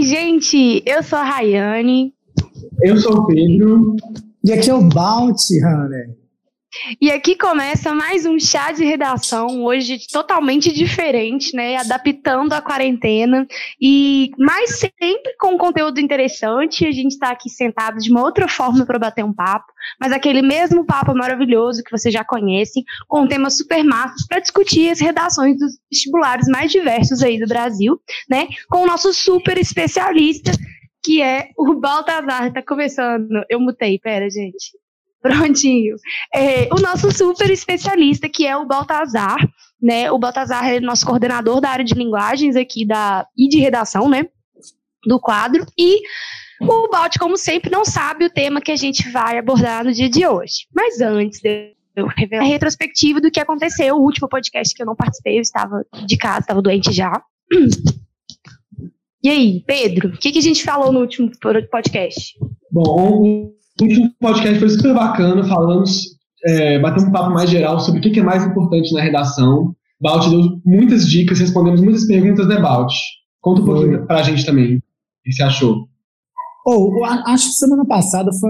gente! Eu sou a Rayane. Eu sou o Pedro. E aqui é o Bounty, Hanner. E aqui começa mais um chá de redação, hoje totalmente diferente, né? Adaptando a quarentena, mas sempre com conteúdo interessante. A gente está aqui sentado de uma outra forma para bater um papo, mas aquele mesmo papo maravilhoso que vocês já conhecem, com temas super massas para discutir as redações dos vestibulares mais diversos aí do Brasil, né? Com o nosso super especialista, que é o Baltazar. Tá começando. Eu mutei, pera, gente. Prontinho. O nosso super especialista, que é o Baltazar, né? O Baltazar é nosso coordenador da área de linguagens aqui e de redação, né? Do quadro. E o Balt, como sempre, não sabe o tema que a gente vai abordar no dia de hoje. Mas antes de eu revelar a retrospectiva do que aconteceu, o último podcast que eu não participei, eu estava de casa, estava doente já. E aí, Pedro, o que a gente falou no último podcast? Bom, o último podcast foi super bacana, batemos um papo mais geral sobre o que é mais importante na redação. Balt deu muitas dicas, respondemos muitas perguntas, né, Balt? Conta um pouquinho pra gente também, o que você achou? Acho que semana passada foi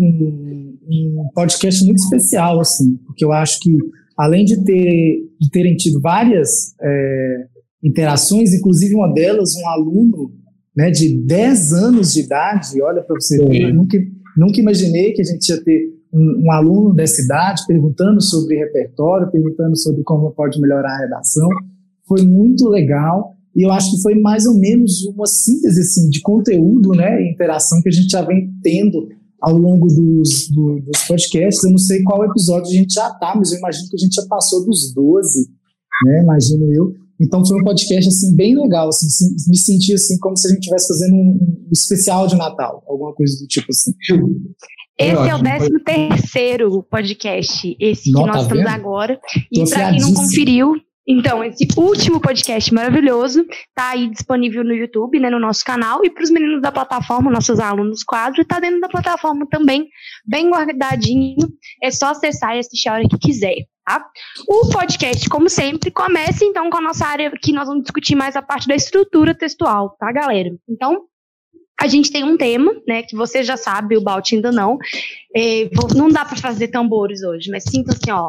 um podcast muito especial, assim, porque eu acho que, além de terem tido várias interações, inclusive uma delas, um aluno, né, de 10 anos de idade, olha para você ver, nunca imaginei que a gente ia ter um aluno dessa idade perguntando sobre repertório, perguntando sobre como pode melhorar a redação. Foi muito legal e eu acho que foi mais ou menos uma síntese assim, de conteúdo, né, e interação que a gente já vem tendo ao longo dos podcasts. Eu não sei qual episódio a gente já está, mas eu imagino que a gente já passou dos 12, né, imagino eu. Então foi um podcast assim, bem legal, assim, me senti assim, como se a gente estivesse fazendo um especial de Natal, alguma coisa do tipo assim. Esse é o 13º podcast, esse que nós estamos agora. E para quem não conferiu, então, esse último podcast maravilhoso está aí disponível no YouTube, né, no nosso canal, e para os meninos da plataforma, nossos alunos quadro, está dentro da plataforma também, bem guardadinho. É só acessar e assistir a hora que quiser. Tá? O podcast, como sempre, começa então com a nossa área que nós vamos discutir mais a parte da estrutura textual, tá, galera? Então, a gente tem um tema, né, que você já sabe, o Balt ainda não. Não dá para fazer tambores hoje, mas sinta assim, ó.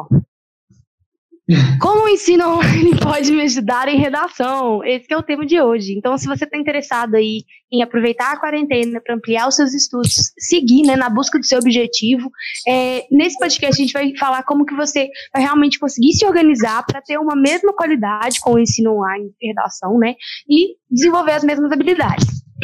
Como o ensino online pode me ajudar em redação? Esse que é o tema de hoje. Então, se você está interessado aí em aproveitar a quarentena para ampliar os seus estudos, seguir, né, na busca do seu objetivo, nesse podcast a gente vai falar como que você vai realmente conseguir se organizar para ter uma mesma qualidade com o ensino online de redação, né, e desenvolver as mesmas habilidades.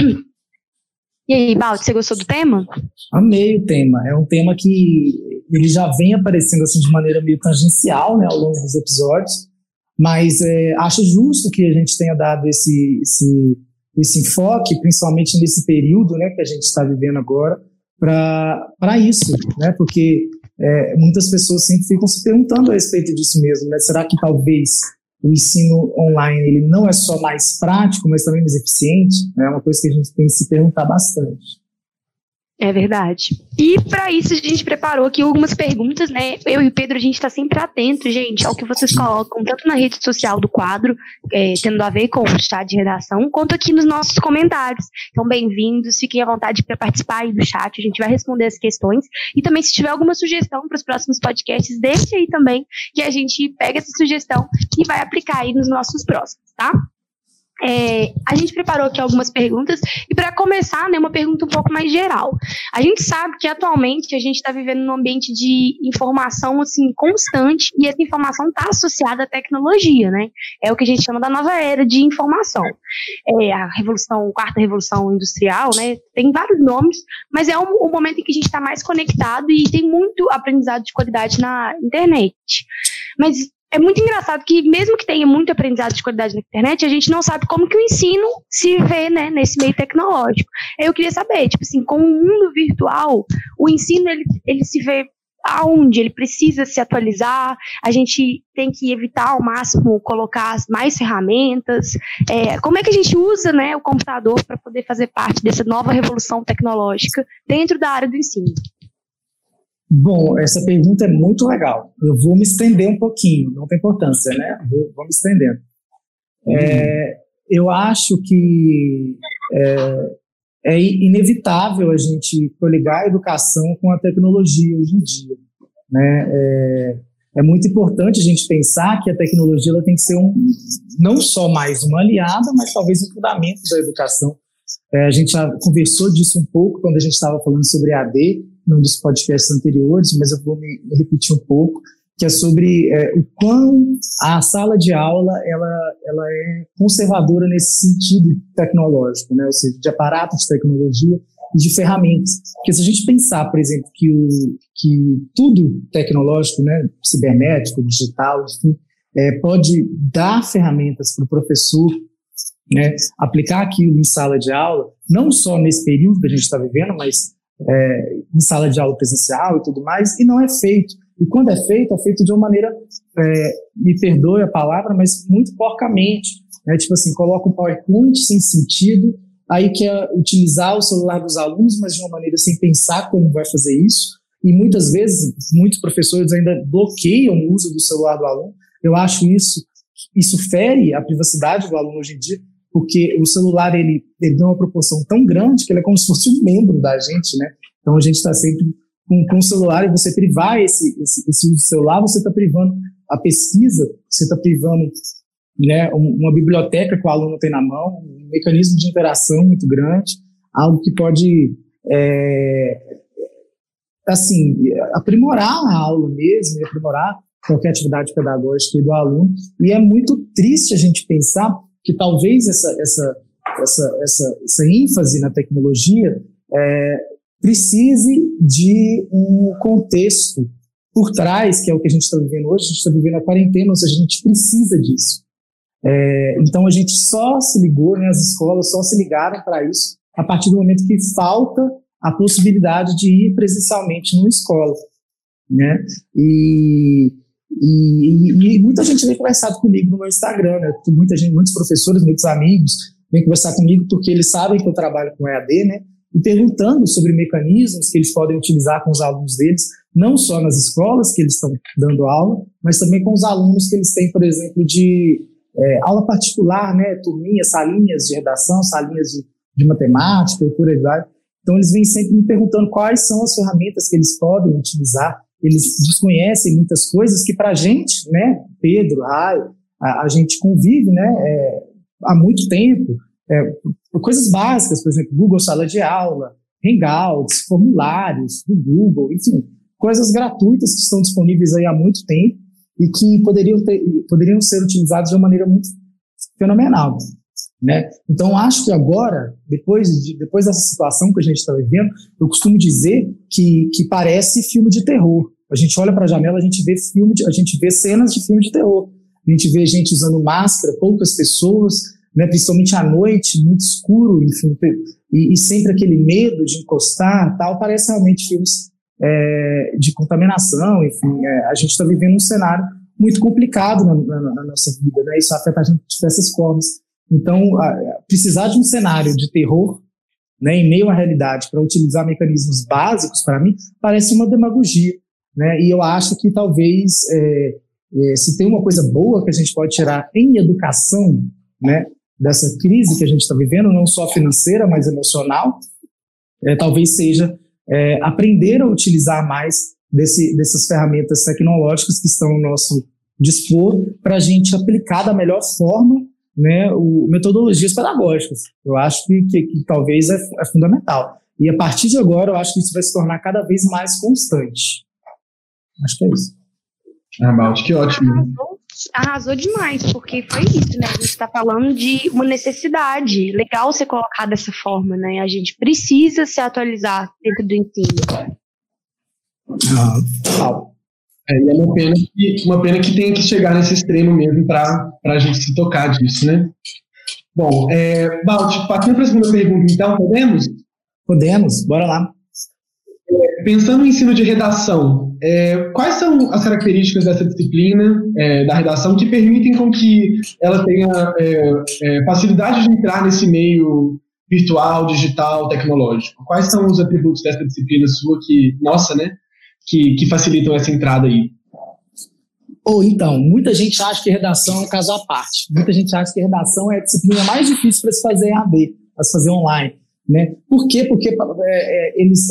E aí, Baldo, você gostou do tema? Amei o tema. É um tema que ele já vem aparecendo assim de maneira meio tangencial, né, ao longo dos episódios, mas acho justo que a gente tenha dado esse enfoque, principalmente nesse período, né, que a gente está vivendo agora, para isso, né, porque muitas pessoas sempre ficam se perguntando a respeito disso mesmo, né, será que talvez o ensino online ele não é só mais prático, mas também mais eficiente? É uma coisa que a gente tem que se perguntar bastante. É verdade. E para isso a gente preparou aqui algumas perguntas, né? Eu e o Pedro, a gente está sempre atento, gente, ao que vocês colocam, tanto na rede social do quadro, tendo a ver com o chat de redação, quanto aqui nos nossos comentários. Então, bem-vindos, fiquem à vontade para participar aí do chat, a gente vai responder as questões. E também, se tiver alguma sugestão para os próximos podcasts, deixe aí também, que a gente pega essa sugestão e vai aplicar aí nos nossos próximos, tá? A gente preparou aqui algumas perguntas e para começar, né, uma pergunta um pouco mais geral. A gente sabe que atualmente a gente está vivendo num ambiente de informação assim, constante e essa informação está associada à tecnologia, né? É o que a gente chama da nova era de informação. A quarta revolução industrial, né? Tem vários nomes, mas é um momento em que a gente está mais conectado e tem muito aprendizado de qualidade na internet. Mas é muito engraçado que, mesmo que tenha muito aprendizado de qualidade na internet, a gente não sabe como que o ensino se vê, né, nesse meio tecnológico. Eu queria saber, tipo assim, com o mundo virtual, o ensino, ele se vê aonde? Ele precisa se atualizar, a gente tem que evitar ao máximo colocar mais ferramentas. Como é que a gente usa, né, o computador para poder fazer parte dessa nova revolução tecnológica dentro da área do ensino? Bom, essa pergunta é muito legal. Eu vou me estender um pouquinho, não tem importância, né? Vou me estendendo. Eu acho que é inevitável a gente coligar a educação com a tecnologia hoje em dia, né? É muito importante a gente pensar que a tecnologia ela tem que ser não só mais uma aliada, mas talvez um fundamento da educação. A gente já conversou disso um pouco quando a gente estava falando sobre AD, num dos podcasts anteriores, mas eu vou me repetir um pouco, que é sobre o quão a sala de aula ela é conservadora nesse sentido tecnológico, né? Ou seja, de aparato de tecnologia e de ferramentas. Porque se a gente pensar, por exemplo, que tudo tecnológico, né, cibernético, digital, enfim, pode dar ferramentas para o professor, né, aplicar aquilo em sala de aula, não só nesse período que a gente está vivendo, mas em sala de aula presencial e tudo mais, e não é feito. E quando é feito de uma maneira, me perdoe a palavra, mas muito porcamente, né? Tipo assim, coloca um PowerPoint sem sentido, aí quer utilizar o celular dos alunos, mas de uma maneira sem pensar como vai fazer isso, e muitas vezes, muitos professores ainda bloqueiam o uso do celular do aluno. Eu acho isso fere a privacidade do aluno hoje em dia, porque o celular, ele dá uma proporção tão grande que ele é como se fosse um membro da gente, né? Então a gente está sempre com o celular, e você privar esse uso do celular, você está privando a pesquisa, você está privando, né, uma biblioteca que o aluno tem na mão, um mecanismo de interação muito grande, algo que pode, assim, aprimorar a aula mesmo, e aprimorar qualquer atividade pedagógica do aluno. E é muito triste a gente pensar que talvez essa ênfase na tecnologia precise de um contexto por trás, que é o que a gente está vivendo hoje. A gente está vivendo a quarentena, ou seja, a gente precisa disso. Então a gente só se ligou, né, as escolas só se ligaram para isso a partir do momento que falta a possibilidade de ir presencialmente numa escola, né? E muita gente vem conversado comigo no meu Instagram, né? Muitos professores, muitos amigos vêm conversar comigo porque eles sabem que eu trabalho com EAD, né? E perguntando sobre mecanismos que eles podem utilizar com os alunos deles, não só nas escolas que eles estão dando aula, mas também com os alunos que eles têm, por exemplo, de aula particular, né? Turminhas, salinhas de redação, salinhas de matemática e por aí vai. Então eles vêm sempre me perguntando quais são as ferramentas que eles podem utilizar. Eles desconhecem muitas coisas que para a gente, né, Pedro, Raio, a gente convive, né, há muito tempo. Coisas básicas, por exemplo, Google Sala de Aula, Hangouts, formulários do Google, enfim, coisas gratuitas que estão disponíveis aí há muito tempo e que poderiam ser utilizadas de uma maneira muito fenomenal, né? Então, acho que agora, depois dessa situação que a gente está vivendo, eu costumo dizer que parece filme de terror. A gente olha para a janela, a gente vê cenas de filme de terror. A gente vê gente usando máscara, poucas pessoas, né, principalmente à noite, muito escuro, enfim, e sempre aquele medo de encostar, tal. Parece realmente filmes de contaminação, enfim. A gente está vivendo um cenário muito complicado na nossa vida, né? Isso afeta a gente de diversas formas. Então, precisar de um cenário de terror, né, em meio à realidade, para utilizar mecanismos básicos, para mim, parece uma demagogia, né? E eu acho que talvez, se tem uma coisa boa que a gente pode tirar em educação, né, dessa crise que a gente está vivendo, não só financeira, mas emocional, talvez seja aprender a utilizar mais dessas ferramentas tecnológicas que estão ao nosso dispor para a gente aplicar da melhor forma, né, metodologias pedagógicas. Eu acho que talvez é fundamental. E a partir de agora, eu acho que isso vai se tornar cada vez mais constante. Acho que é isso. Baldi, que ótimo. Arrasou demais, porque foi isso, né? A gente está falando de uma necessidade. Legal ser colocado dessa forma, né? A gente precisa se atualizar dentro do ensino. E é uma pena que tenha que chegar nesse extremo mesmo para a gente se tocar disso, né? Bom, Baldi, partindo para a segunda pergunta, então, podemos? Podemos, bora lá. Pensando no ensino de redação, quais são as características dessa disciplina da redação que permitem com que ela tenha facilidade de entrar nesse meio virtual, digital, tecnológico? Quais são os atributos dessa disciplina sua que facilitam essa entrada aí? Então, muita gente acha que redação é um caso à parte. Muita gente acha que redação é a disciplina mais difícil para se fazer em AD. a se fazer online. Né? Por quê? Porque eles,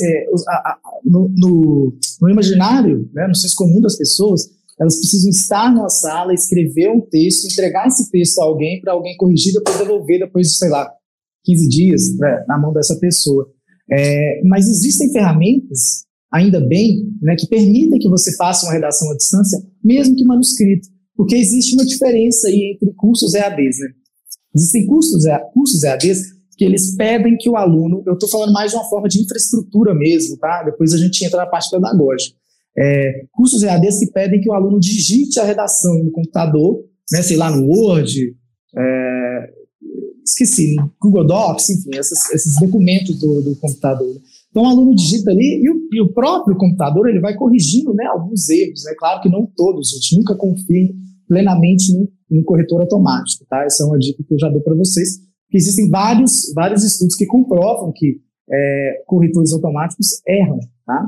no imaginário, né, no senso comum das pessoas, elas precisam estar numa sala, escrever um texto, entregar esse texto a alguém, para alguém corrigir, depois devolver, depois de, 15 dias, né, na mão dessa pessoa. Mas existem ferramentas, ainda bem, né, que permitem que você faça uma redação à distância, mesmo que manuscrito, porque existe uma diferença aí entre cursos EADs. Né? Existem cursos EADs que eles pedem que o aluno, eu estou falando mais de uma forma de infraestrutura mesmo, tá? Depois a gente entra na parte pedagógica. Cursos EADs que pedem que o aluno digite a redação no computador, né, sei lá, no Word, esqueci, no Google Docs, enfim, esses documentos do computador. Então o aluno digita ali e o próprio computador ele vai corrigindo, né, alguns erros, né? Claro que não todos, a gente nunca confia plenamente no corretor automático, tá? Essa é uma dica que eu já dou para vocês, que existem vários estudos que comprovam que corretores automáticos erram, tá?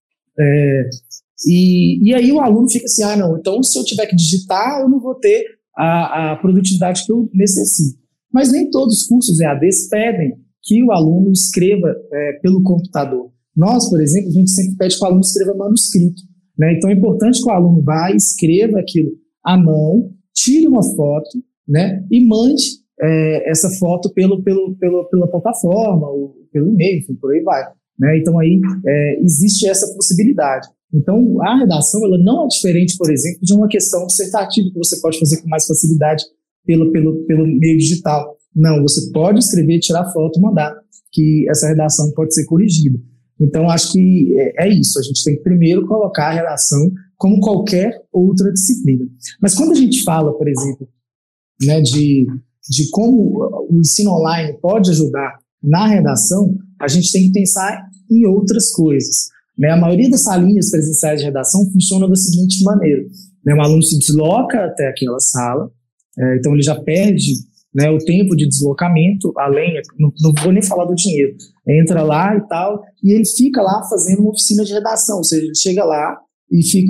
E aí o aluno fica assim, não, então se eu tiver que digitar, eu não vou ter a produtividade que eu necessito. Mas nem todos os cursos EADs pedem que o aluno escreva pelo computador. Nós, por exemplo, a gente sempre pede que o aluno escreva manuscrito, né? Então é importante que o aluno vá, escreva aquilo à mão, tire uma foto, né, e mande essa foto pela plataforma, ou pelo e-mail, enfim, por aí vai. Né? Então aí existe essa possibilidade. Então a redação ela não é diferente, por exemplo, de uma questão dissertativa que você pode fazer com mais facilidade pelo meio digital. Não, você pode escrever, tirar foto, mandar, que essa redação pode ser corrigida. Então acho que é isso, a gente tem que primeiro colocar a redação como qualquer outra disciplina. Mas quando a gente fala, por exemplo, né, de como o ensino online pode ajudar na redação, a gente tem que pensar em outras coisas. Né? A maioria das salinhas presenciais de redação funciona da seguinte maneira. Né? O aluno se desloca até aquela sala, então ele já perde, né, o tempo de deslocamento, não vou nem falar do dinheiro, entra lá e tal, e ele fica lá fazendo uma oficina de redação, ou seja, ele chega lá e fica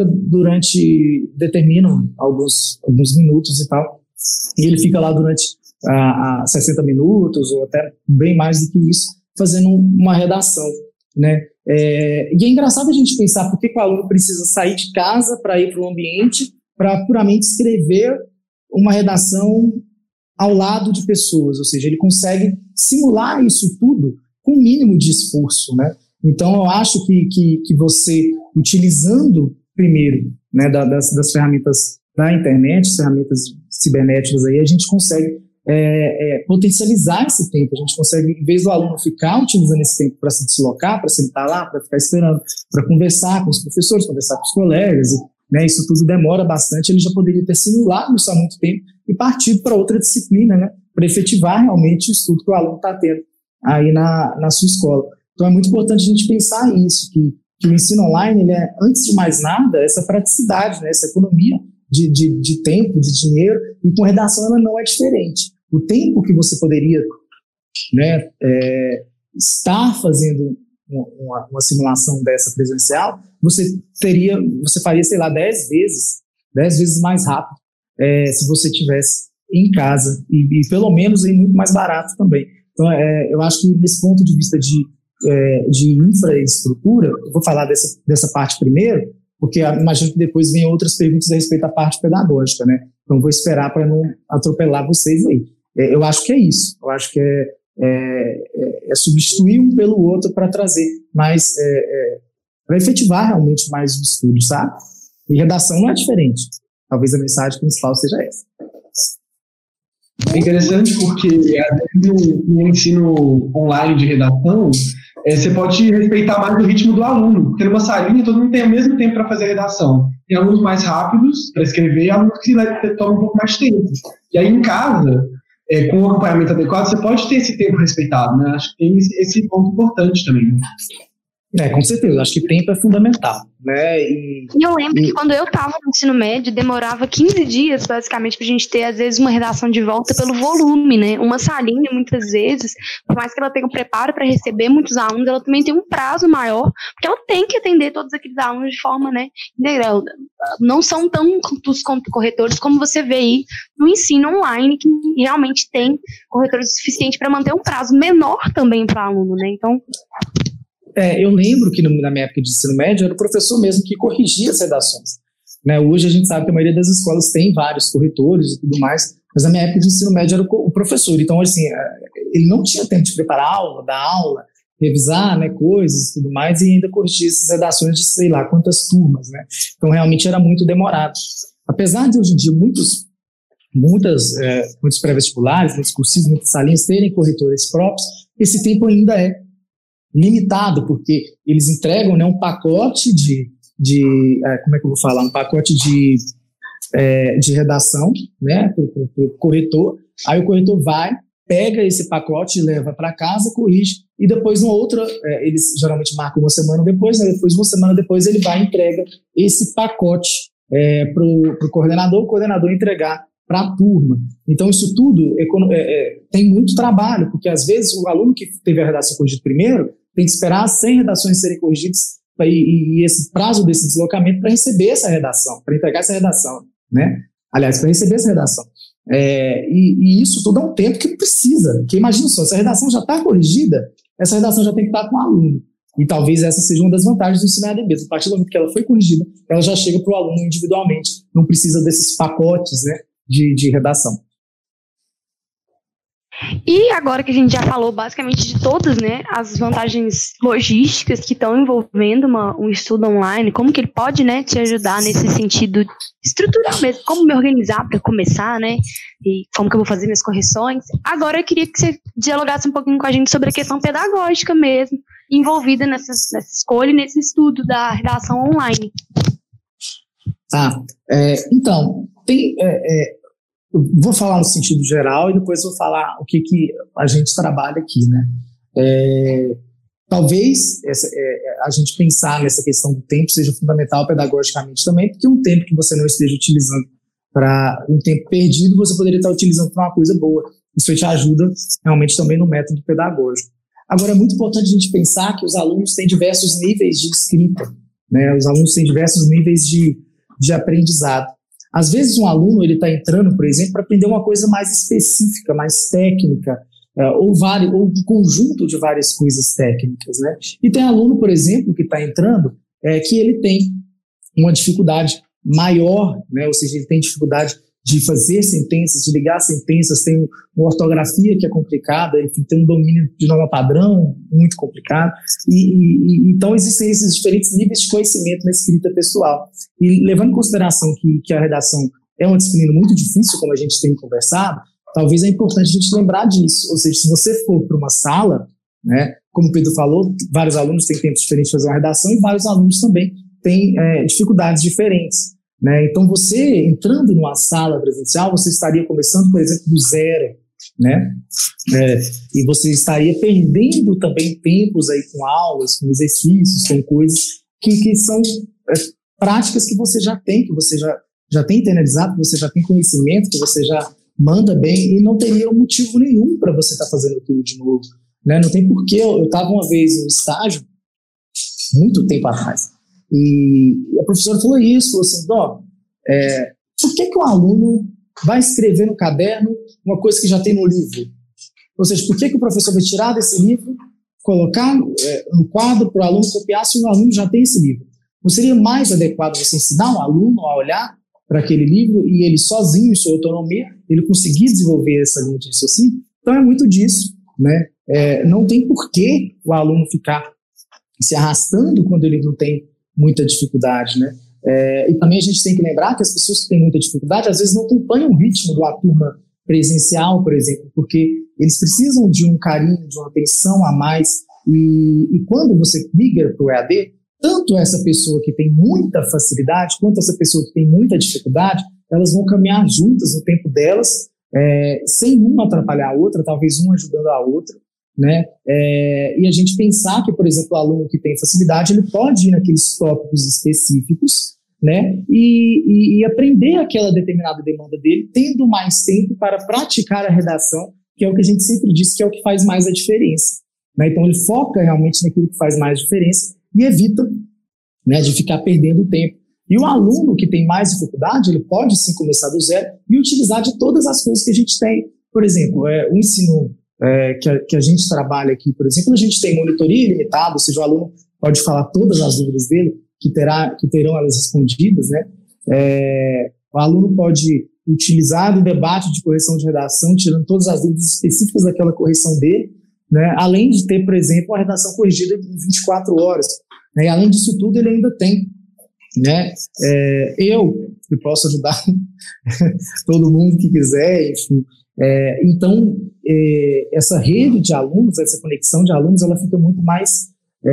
determinam alguns minutos e tal, e ele fica lá durante 60 minutos, ou até bem mais do que isso, fazendo uma redação, né? E é engraçado a gente pensar por que o aluno precisa sair de casa para ir para o ambiente para puramente escrever uma redação ao lado de pessoas, ou seja, ele consegue simular isso tudo com o mínimo de esforço, né? Então eu acho que você, utilizando primeiro, né, das ferramentas da internet, ferramentas cibernéticas aí, a gente consegue potencializar esse tempo, a gente consegue, em vez do aluno ficar utilizando esse tempo para se deslocar, para sentar lá, para ficar esperando, para conversar com os professores, conversar com os colegas, né, isso tudo demora bastante, ele já poderia ter simulado isso há muito tempo e partido para outra disciplina, né, para efetivar realmente o estudo que o aluno está tendo aí na sua escola. Então é muito importante a gente pensar isso, que o ensino online, ele é, antes de mais nada, essa praticidade, né, essa economia de tempo, de dinheiro, e com redação ela não é diferente. O tempo que você poderia, né, estar fazendo uma simulação dessa presencial, você faria, sei lá, 10 vezes mais rápido, se você estivesse em casa, e pelo menos aí muito mais barato também. Então, eu acho que nesse ponto de vista de infraestrutura, eu vou falar dessa parte primeiro, porque imagino que depois venham outras perguntas a respeito da parte pedagógica, né? Então vou esperar para não atropelar vocês aí. Eu acho que é isso. Eu acho que é substituir um pelo outro para trazer mais, para efetivar realmente mais o estudo, sabe? E redação não é diferente. Talvez a mensagem principal seja essa. É interessante porque no ensino online de redação, você pode respeitar mais o ritmo do aluno, porque numa salinha todo mundo tem o mesmo tempo para fazer a redação. Tem alunos mais rápidos para escrever e alunos que tomam um pouco mais de tempo. E aí em casa, com o acompanhamento adequado, você pode ter esse tempo respeitado, né? Acho que tem esse ponto importante também. Com certeza, acho que tempo é fundamental, né? E eu lembro que quando eu estava no ensino médio, demorava 15 dias, basicamente, para a gente ter, às vezes, uma redação de volta pelo volume, né? Uma salinha, muitas vezes, por mais que ela tenha um preparo para receber muitos alunos, ela também tem um prazo maior, porque ela tem que atender todos aqueles alunos de forma, né, integral. Não são tantos corretores como você vê aí no ensino online, que realmente tem corretores suficientes para manter um prazo menor também para o aluno, né? Então... eu lembro que na minha época de ensino médio era o professor mesmo que corrigia as redações, né? Hoje a gente sabe que a maioria das escolas tem vários corretores e tudo mais, mas na minha época de ensino médio era o professor. Então, assim, ele não tinha tempo de preparar a aula, dar aula, revisar, né, coisas e tudo mais, e ainda corrigir essas redações de sei lá quantas turmas, né? Então, realmente era muito demorado. Apesar de hoje em dia muitos pré-vestibulares, muitos cursinhos, muitas salinhas terem corretores próprios, esse tempo ainda é limitado, porque eles entregam, né, um pacote como é que eu vou falar? Um pacote de redação, né, para o corretor. Aí o corretor vai, pega esse pacote e leva para casa, corrige, e depois uma outra, eles geralmente marcam uma semana depois, né, depois uma semana depois ele vai e entrega esse pacote para o coordenador, o coordenador entregar para a turma. Então, isso tudo tem muito trabalho, porque às vezes o aluno que teve a redação corrigida primeiro tem que esperar 100 redações serem corrigidas e esse prazo desse deslocamento para receber essa redação, para entregar essa redação, né? Aliás, para receber essa redação. E isso tudo é um tempo que precisa, que imagina só, se a redação já está corrigida, essa redação já tem que estar com o aluno. E talvez essa seja uma das vantagens do ensino EAD mesmo. A partir do momento que ela foi corrigida, ela já chega para o aluno individualmente, não precisa desses pacotes, né, de redação. E agora que a gente já falou basicamente de todas, né, as vantagens logísticas que estão envolvendo um estudo online, como que ele pode, né, te ajudar nesse sentido estrutural mesmo, como me organizar para começar, né, e como que eu vou fazer minhas correções. Agora eu queria que você dialogasse um pouquinho com a gente sobre a questão pedagógica mesmo, envolvida nessa escolha e nesse estudo da redação online. Então, vou falar no sentido geral e depois vou falar o que a gente trabalha aqui, né? Talvez a gente pensar nessa questão do tempo seja fundamental pedagogicamente também, porque um tempo que você não esteja utilizando para um tempo perdido, você poderia estar utilizando para uma coisa boa. Isso te ajuda realmente também no método pedagógico. Agora, é muito importante a gente pensar que os alunos têm diversos níveis de escrita, né? Os alunos têm diversos níveis de aprendizado. Às vezes um aluno está entrando, por exemplo, para aprender uma coisa mais específica, mais técnica, ou um conjunto de várias coisas técnicas, né? E tem aluno, por exemplo, que está entrando, que ele tem uma dificuldade maior, né? Ou seja, ele tem dificuldade de fazer sentenças, de ligar sentenças, tem uma ortografia que é complicada, enfim, tem um domínio de norma padrão muito complicado, e então existem esses diferentes níveis de conhecimento na escrita textual. E levando em consideração que a redação é uma disciplina muito difícil, como a gente tem conversado, talvez é importante a gente lembrar disso. Ou seja, se você for para uma sala, né, como o Pedro falou, vários alunos têm tempos diferentes de fazer uma redação e vários alunos também têm dificuldades diferentes, né? Então, você entrando numa sala presencial, você estaria começando, por exemplo, do zero, né? E você estaria perdendo também tempos aí com aulas, com exercícios, com coisas que são práticas que você já tem, que você já tem internalizado, que você já tem conhecimento, que você já manda bem, e não teria motivo nenhum para você estar fazendo aquilo de novo, né? Não tem porquê. Eu estava uma vez no estágio, muito tempo atrás, e a professora falou assim, por que o aluno vai escrever no caderno uma coisa que já tem no livro? Ou seja, por que o professor vai tirar desse livro, colocar no quadro para o aluno copiar se o aluno já tem esse livro? Não seria mais adequado você ensinar um aluno a olhar para aquele livro e ele sozinho, em sua autonomia, ele conseguir desenvolver essa linha de raciocínio? Então é muito disso, né? Não tem por que o aluno ficar se arrastando quando ele não tem muita dificuldade, né? E também a gente tem que lembrar que as pessoas que têm muita dificuldade às vezes não acompanham o ritmo de uma turma presencial, por exemplo, porque eles precisam de um carinho, de uma atenção a mais, e quando você migra para o EAD, tanto essa pessoa que tem muita facilidade quanto essa pessoa que tem muita dificuldade, elas vão caminhar juntas no tempo delas, sem uma atrapalhar a outra, talvez uma ajudando a outra, né? E a gente pensar que, por exemplo, o aluno que tem facilidade, ele pode ir naqueles tópicos específicos, né? E aprender aquela determinada demanda dele, tendo mais tempo para praticar a redação, que é o que a gente sempre diz que é o que faz mais a diferença, né? Então, ele foca realmente naquilo que faz mais diferença e evita, né, de ficar perdendo tempo. E o aluno que tem mais dificuldade, ele pode sim começar do zero e utilizar de todas as coisas que a gente tem. Por exemplo, o ensino que a gente trabalha aqui, por exemplo, a gente tem monitoria ilimitada, ou seja, o aluno pode falar todas as dúvidas dele, que terão elas respondidas, né? O aluno pode utilizar do debate de correção de redação, tirando todas as dúvidas específicas daquela correção dele, né? Além de ter, por exemplo, uma redação corrigida em 24 horas. Né? E além disso tudo, ele ainda tem, né? Eu posso ajudar todo mundo que quiser, enfim. Então, essa rede de alunos, essa conexão de alunos, ela fica muito mais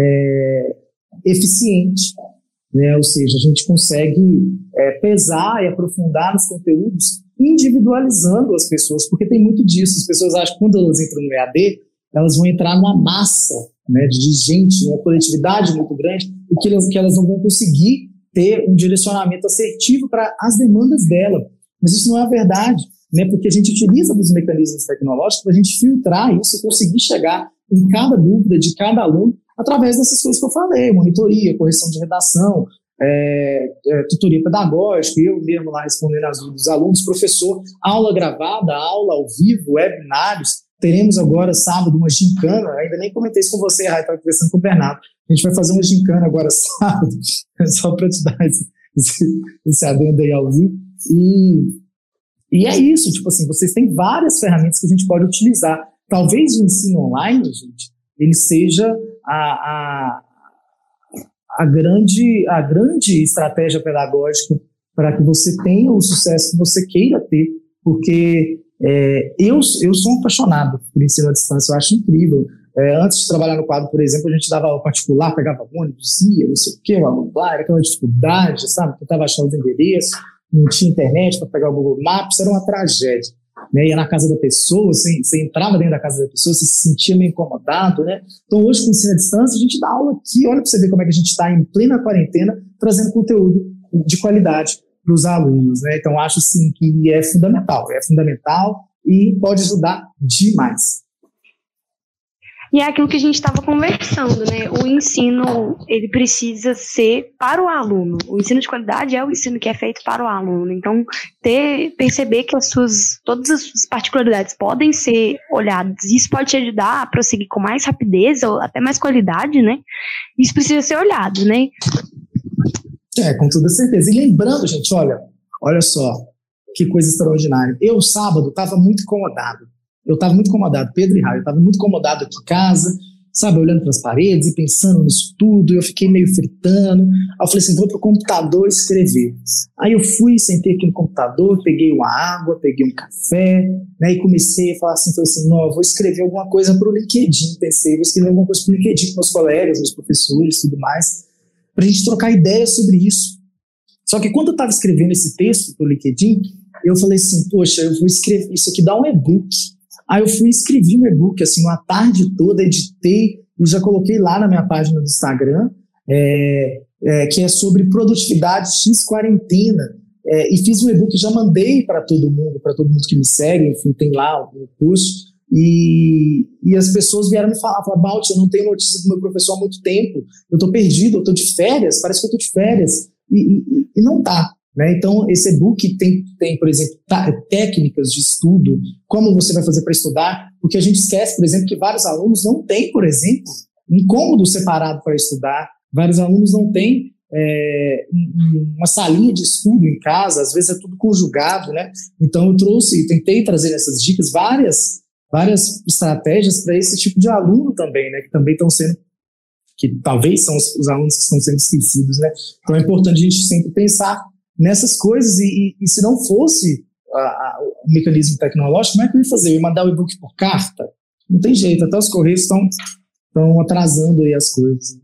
eficiente, né? Ou seja, a gente consegue pesar e aprofundar nos conteúdos, individualizando as pessoas, porque tem muito disso. As pessoas acham que quando elas entram no EAD, elas vão entrar numa massa, né, de gente, uma coletividade muito grande, e que elas não vão conseguir ter um direcionamento assertivo para as demandas dela. Mas isso não é a verdade, né, porque a gente utiliza dos mecanismos tecnológicos para a gente filtrar isso e conseguir chegar em cada dúvida de cada aluno através dessas coisas que eu falei, monitoria, correção de redação, tutoria pedagógica, eu mesmo lá respondendo as dúvidas dos alunos, professor, aula gravada, aula ao vivo, webinários. Teremos agora, sábado, uma gincana, ainda nem comentei isso com você, Rai, estava conversando com o Bernardo. A gente vai fazer uma gincana agora, sábado, só para te dar esse adendo aí ao vivo. E é isso, tipo assim, vocês têm várias ferramentas que a gente pode utilizar. Talvez o ensino online, gente, ele seja a grande estratégia pedagógica para que você tenha o sucesso que você queira ter, porque eu sou um apaixonado por ensino à distância, eu acho incrível. Antes de trabalhar no quadro, por exemplo, a gente dava aula particular, pegava ônibus, ia, não sei o quê, era aquela dificuldade, sabe? Tentava achar os endereços, não tinha internet para pegar o Google Maps, era uma tragédia, né? Ia na casa da pessoa, você entrava dentro da casa da pessoa, você se sentia meio incomodado, né? Então hoje com o ensino à distância, a gente dá aula aqui, olha para você ver como é que a gente está em plena quarentena, trazendo conteúdo de qualidade para os alunos, né? Então acho assim que é fundamental e pode ajudar demais. E é aquilo que a gente estava conversando, né? O ensino, ele precisa ser para o aluno. O ensino de qualidade é o ensino que é feito para o aluno. Então, perceber que todas as suas particularidades podem ser olhadas. Isso pode te ajudar a prosseguir com mais rapidez ou até mais qualidade, né? Isso precisa ser olhado, né? Com toda certeza. E lembrando, gente, olha só, que coisa extraordinária. Eu, sábado, estava muito incomodado. Pedro e Raio, eu estava muito incomodado aqui em casa, sabe, olhando para as paredes e pensando nisso tudo, eu fiquei meio fritando. Aí eu falei assim, vou pro computador escrever. Aí eu fui, sentei aqui no computador, peguei uma água, peguei um café, né, e comecei a falar assim, não, eu vou escrever alguma coisa pro LinkedIn, vou escrever alguma coisa pro LinkedIn com meus colegas, meus professores e tudo mais, pra gente trocar ideias sobre isso. Só que quando eu estava escrevendo esse texto pro LinkedIn, eu falei assim, poxa, eu vou escrever, isso aqui dá um e-book. Aí eu fui e escrevi um e-book, assim, uma tarde toda, editei e já coloquei lá na minha página do Instagram, que é sobre produtividade X-quarentena. E fiz um e-book e já mandei para todo mundo que me segue, enfim, tem lá o curso. E as pessoas vieram me falar, Balt, eu não tenho notícia do meu professor há muito tempo, eu estou perdido, eu estou de férias, parece que eu estou de férias. E não está. Né? Então, esse e-book tem, por exemplo, técnicas de estudo, como você vai fazer para estudar, porque a gente esquece, por exemplo, que vários alunos não têm, por exemplo, um cômodo separado para estudar, vários alunos não têm uma salinha de estudo em casa, às vezes é tudo conjugado, né? Então eu tentei trazer nessas dicas várias estratégias para esse tipo de aluno também, né? Que também estão sendo, que talvez são os alunos que estão sendo esquecidos, né? Então é importante a gente sempre pensar nessas coisas e se não fosse o mecanismo tecnológico, como é que eu ia fazer? Eu ia mandar o e-book por carta? Não tem jeito, até os correios estão atrasando aí as coisas.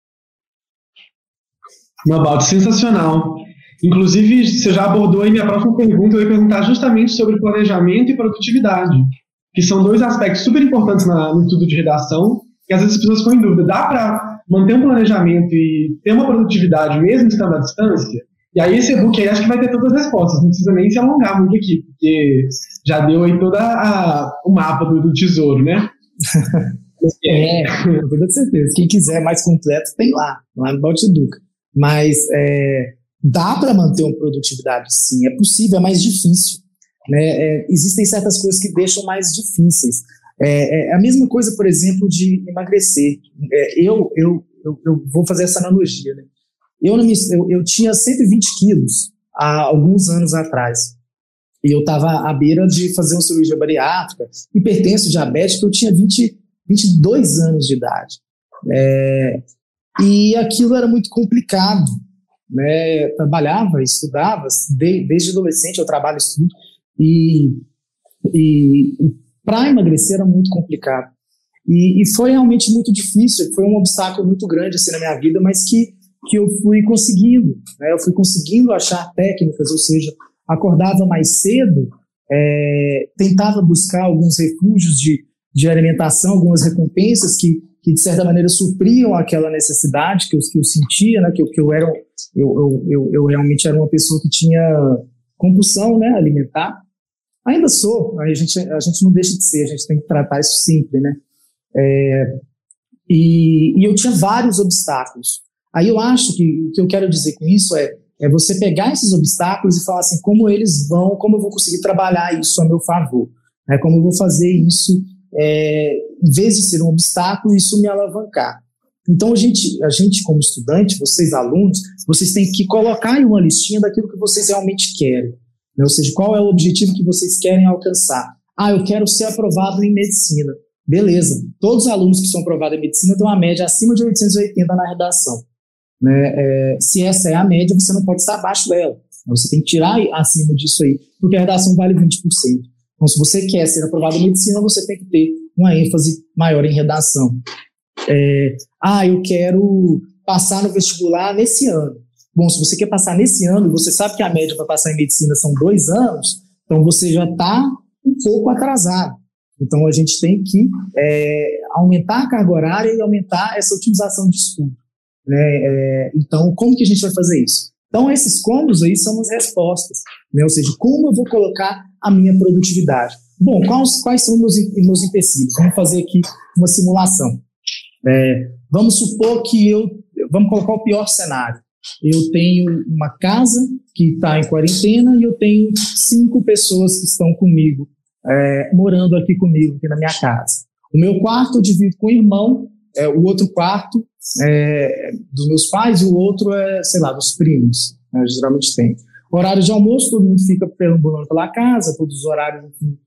Balt, sensacional. Inclusive, você já abordou aí minha próxima pergunta, eu ia perguntar justamente sobre planejamento e produtividade. que são dois aspectos super importantes no estudo de redação, que às vezes as pessoas ficam em dúvida. Dá para manter um planejamento e ter uma produtividade mesmo estando à distância? E aí esse e-book aí acho que vai ter todas as respostas, não precisa nem se alongar muito aqui, porque já deu aí todo o mapa do tesouro, né? Com toda certeza. Quem quiser mais completo, tem lá no Balt Educa. Mas dá para manter uma produtividade, sim, é possível, é mais difícil. Né? Existem certas coisas que deixam mais difíceis. A mesma coisa, por exemplo, de emagrecer. Eu vou fazer essa analogia, né? Eu tinha 120 quilos há alguns anos atrás. E eu estava à beira de fazer uma cirurgia bariátrica, hipertenso, diabético, eu tinha 22 anos de idade. E aquilo era muito complicado. Né? Trabalhava, estudava, desde adolescente eu trabalho e estudo, e para emagrecer era muito complicado. E foi realmente muito difícil, foi um obstáculo muito grande assim, na minha vida, mas que eu fui conseguindo, né? Eu fui conseguindo achar técnicas, ou seja, acordava mais cedo, tentava buscar alguns refúgios de alimentação, algumas recompensas que de certa maneira supriam aquela necessidade que eu sentia, né? Que eu realmente era uma pessoa que tinha compulsão, né, alimentar. Ainda sou, a gente não deixa de ser, a gente tem que tratar isso sempre, né? E eu tinha vários obstáculos. Aí eu acho que o que eu quero dizer com isso é você pegar esses obstáculos e falar assim, como eu vou conseguir trabalhar isso a meu favor, né? Como eu vou fazer isso, em vez de ser um obstáculo, isso me alavancar. Então a gente como estudante, vocês alunos, vocês têm que colocar em uma listinha daquilo que vocês realmente querem, né? Ou seja, qual é o objetivo que vocês querem alcançar. Eu quero ser aprovado em medicina. Beleza, todos os alunos que são aprovados em medicina têm uma média acima de 880 na redação. Né? Se essa é a média, você não pode estar abaixo dela. Você tem que tirar acima disso aí, porque a redação vale 20%. Então, se você quer ser aprovado em medicina, você tem que ter uma ênfase maior em redação. Eu quero passar no vestibular nesse ano. Bom, se você quer passar nesse ano, você sabe que a média para passar em medicina são 2 anos, então você já está um pouco atrasado. Então, a gente tem que aumentar a carga horária e aumentar essa otimização de estudo. Né? Então, como que a gente vai fazer isso? Então, esses combos aí são as respostas. Né? Ou seja, como eu vou colocar a minha produtividade? Bom, quais são meus empecilhos? Vamos fazer aqui uma simulação. Vamos supor que vamos colocar o pior cenário. Eu tenho uma casa que está em quarentena e eu tenho 5 pessoas que estão comigo, morando aqui comigo, aqui na minha casa. O meu quarto eu divido com o irmão, o outro quarto dos meus pais e o outro dos primos, né, geralmente tem. Horário de almoço, todo mundo fica perambulando pela casa, todos os horários, enfim,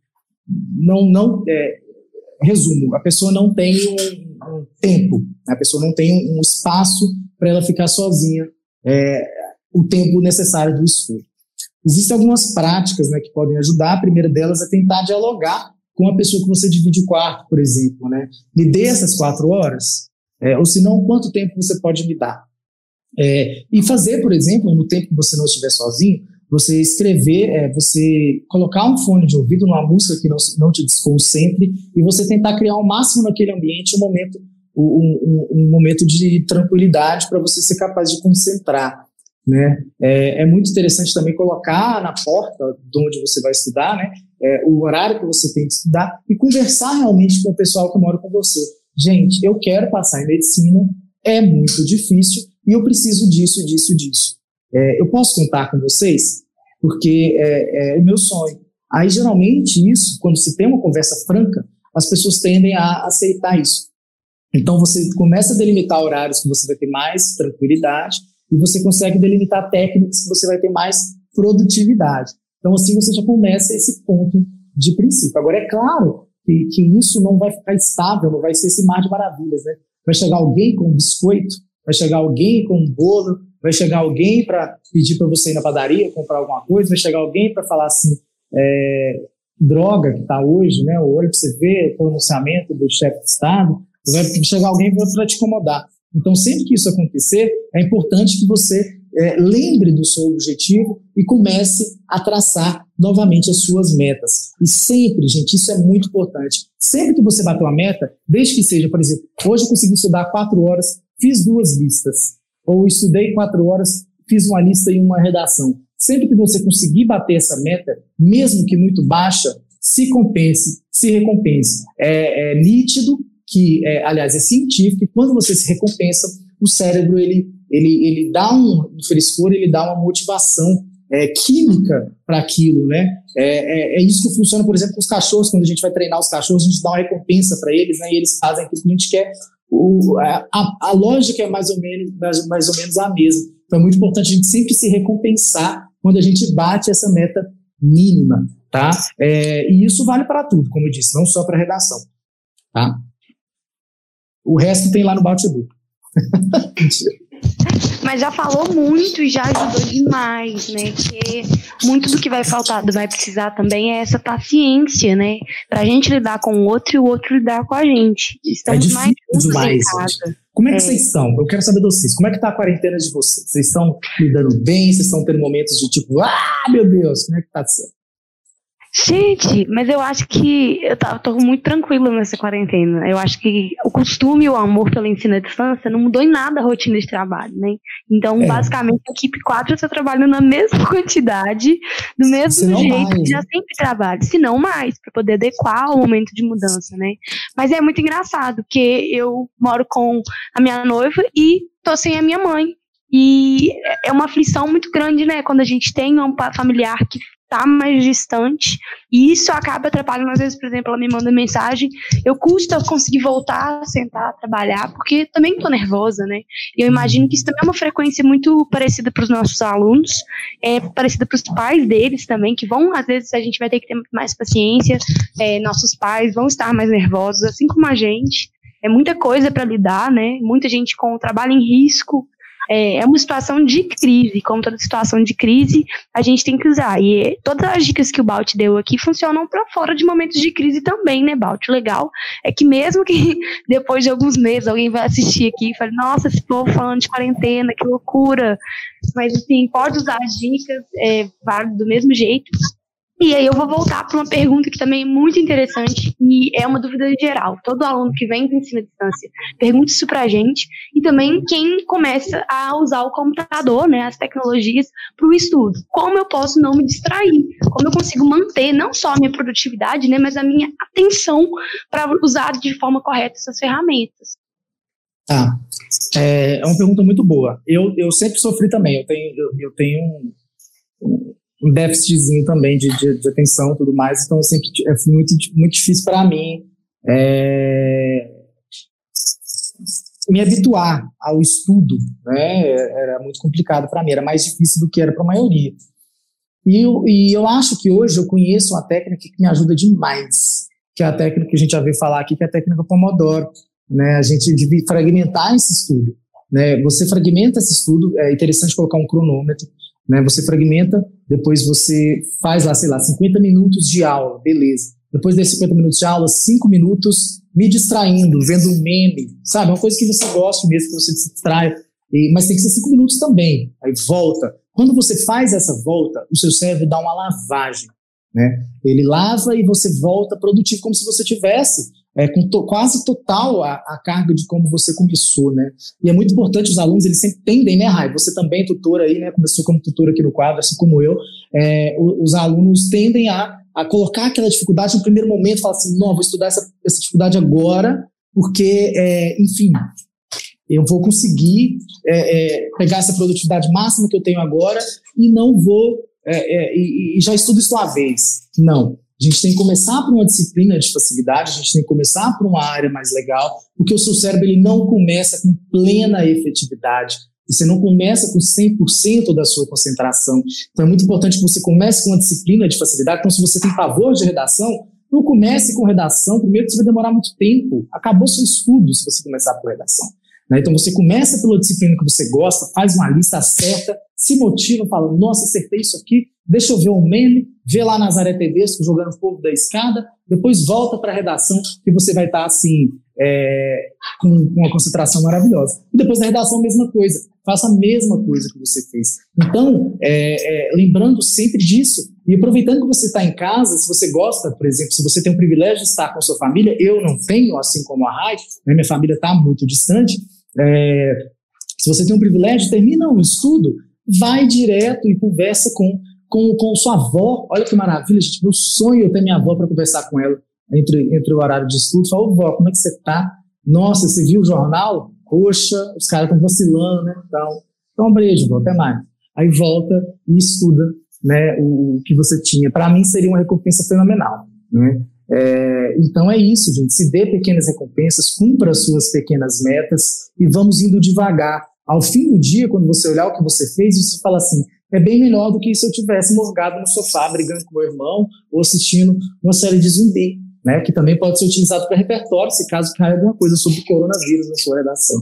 resumo, a pessoa não tem um tempo, a pessoa não tem um espaço para ela ficar sozinha, o tempo necessário do estudo. Existem algumas práticas, né, que podem ajudar. A primeira delas é tentar dialogar com a pessoa que você divide o quarto, por exemplo, né? Me dê essas 4 horas, ou se não, quanto tempo você pode me dar? E fazer, por exemplo, no tempo que você não estiver sozinho, você escrever, você colocar um fone de ouvido numa música que não te desconcentre e você tentar criar ao máximo naquele ambiente um momento de tranquilidade para você ser capaz de concentrar. Né? É muito interessante também colocar na porta de onde você vai estudar, né, o horário que você tem de estudar e conversar realmente com o pessoal que mora com você. Gente, eu quero passar em medicina, é muito difícil e eu preciso disso, disso, disso. Eu posso contar com vocês? Porque é o meu sonho. Aí, geralmente, isso, quando se tem uma conversa franca, as pessoas tendem a aceitar isso. Então, você começa a delimitar horários que você vai ter mais tranquilidade e você consegue delimitar técnicas que você vai ter mais produtividade. Então, assim, você já começa esse ponto de princípio. Agora, é claro que isso não vai ficar estável, não vai ser esse mar de maravilhas, né? Vai chegar alguém com um biscoito, vai chegar alguém com um bolo, vai chegar alguém para pedir para você ir na padaria, comprar alguma coisa, vai chegar alguém para falar assim, droga que está hoje, né? Olha para você ver o pronunciamento do chefe de Estado, vai chegar alguém para te incomodar. Então, sempre que isso acontecer, é importante que você lembre do seu objetivo e comece a traçar novamente as suas metas. E sempre, gente, isso é muito importante. Sempre que você bater uma meta, desde que seja, por exemplo, hoje eu consegui estudar 4 horas, fiz 2 listas. Ou estudei 4 horas, fiz uma lista e uma redação. Sempre que você conseguir bater essa meta, mesmo que muito baixa, se compense, se recompense. É nítido que, aliás, é científico, que quando você se recompensa, o cérebro ele dá um frescor, ele dá uma motivação química para aquilo, né? É isso que funciona, por exemplo, com os cachorros. Quando a gente vai treinar os cachorros, a gente dá uma recompensa para eles, né? E eles fazem aquilo que a gente quer. A lógica é mais ou menos a mesma. Então é muito importante a gente sempre se recompensar quando a gente bate essa meta mínima, tá? E isso vale para tudo, como eu disse, não só para redação, tá? O resto tem lá no Baltibook. Mas já falou muito e já ajudou demais, né? Porque muito do que vai faltar, vai precisar também é essa paciência, né? Pra gente lidar com o outro e o outro lidar com a gente. Estamos mais demais. Como é que vocês estão? Eu quero saber de vocês. Como é que tá a quarentena de vocês? Vocês estão lidando bem? Vocês estão tendo momentos de tipo, meu Deus, como é que tá sendo? Gente, mas eu acho que eu tô muito tranquila nessa quarentena. Eu acho que o costume e o amor pelo ensino à distância não mudou em nada a rotina de trabalho, né? Então, basicamente, a equipe 4 está trabalhando na mesma quantidade, do mesmo jeito que já sempre trabalha, se não mais, para poder adequar ao momento de mudança, né? Mas é muito engraçado, porque eu moro com a minha noiva e tô sem a minha mãe. E é uma aflição muito grande, né? Quando a gente tem um familiar que tá mais distante, e isso acaba atrapalhando. Às vezes, por exemplo, ela me manda mensagem, eu custa conseguir voltar, sentar, trabalhar, porque também tô nervosa, né? E eu imagino que isso também é uma frequência muito parecida para os nossos alunos, parecida para os pais deles também, que vão, às vezes, a gente vai ter que ter mais paciência, nossos pais vão estar mais nervosos, assim como a gente. É muita coisa para lidar, né? Muita gente com o trabalho em risco. É uma situação de crise, como toda situação de crise, a gente tem que usar. E todas as dicas que o Balt deu aqui funcionam para fora de momentos de crise também, né, Balt? O legal é que mesmo que depois de alguns meses alguém vai assistir aqui e fale, nossa, esse povo falando de quarentena, que loucura. Mas, assim, pode usar as dicas, vale do mesmo jeito. E aí eu vou voltar para uma pergunta que também é muito interessante e é uma dúvida geral. Todo aluno que vem do ensino à distância pergunta isso para a gente, e também quem começa a usar o computador, né, as tecnologias para o estudo. Como eu posso não me distrair? Como eu consigo manter não só a minha produtividade, né, mas a minha atenção para usar de forma correta essas ferramentas? É uma pergunta muito boa. Eu sempre sofri também. Eu tenho um déficitzinho também de atenção e tudo mais, então sempre foi muito, muito difícil para mim me habituar ao estudo, né? Era muito complicado para mim, era mais difícil do que era para a maioria. E eu acho que hoje eu conheço uma técnica que me ajuda demais, que é a técnica que a gente já veio falar aqui, que é a técnica Pomodoro, né? A gente deve fragmentar esse estudo, né? Você fragmenta esse estudo, é interessante colocar um cronômetro, né? Você fragmenta, depois você faz lá, sei lá, 50 minutos de aula, beleza. Depois desses 50 minutos de aula, 5 minutos me distraindo, vendo um meme, sabe? Uma coisa que você gosta mesmo, que você se distrai, mas tem que ser 5 minutos também. Aí volta. Quando você faz essa volta, o seu cérebro dá uma lavagem, né? Ele lava e você volta produtivo, como se você tivesse com quase total a carga de como você começou, né? E é muito importante, os alunos, eles sempre tendem, né, Rai? Você também, tutor aí, né? Começou como tutor aqui no quadro, assim como eu. Os alunos tendem a colocar aquela dificuldade no primeiro momento, falar assim, não, vou estudar essa dificuldade agora, porque, enfim, eu vou conseguir pegar essa produtividade máxima que eu tenho agora e não vou, e já estudo isso uma vez. Não. A gente tem que começar por uma disciplina de facilidade, a gente tem que começar por uma área mais legal, porque o seu cérebro ele não começa com plena efetividade, você não começa com 100% da sua concentração. Então é muito importante que você comece com uma disciplina de facilidade. Então, se você tem pavor de redação, não comece com redação, primeiro que você vai demorar muito tempo, acabou seu estudo se você começar por redação, né? Então você começa pela disciplina que você gosta, faz uma lista, acerta, se motiva, fala, nossa, acertei isso aqui, deixa eu ver um meme, vê lá Nazaré Tedesco jogando o povo da escada, depois volta para a redação, que você vai estar assim, com uma concentração maravilhosa. E depois na redação, a mesma coisa. Faça a mesma coisa que você fez. Então, lembrando sempre disso, e aproveitando que você está em casa, se você gosta, por exemplo, se você tem o privilégio de estar com a sua família, eu não tenho, assim como a Rai, né, minha família está muito distante, se você tem o privilégio, termina o estudo, vai direto e conversa com sua avó. Olha que maravilha, gente, meu sonho é ter minha avó para conversar com ela entre o horário de estudo. Fala, vó, como é que você está? Nossa, você viu o jornal? Poxa, os caras estão vacilando, né? Então, um beijo, vó, até mais. Aí volta e estuda, né, o que você tinha. Para mim seria uma recompensa fenomenal, né? Então é isso, gente. Se dê pequenas recompensas, cumpra as suas pequenas metas e vamos indo devagar. Ao fim do dia, quando você olhar o que você fez, você fala assim, é bem melhor do que se eu tivesse morgado no sofá brigando com meu irmão ou assistindo uma série de zumbi, né, que também pode ser utilizado para repertório, se caso caia alguma coisa sobre o coronavírus na sua redação.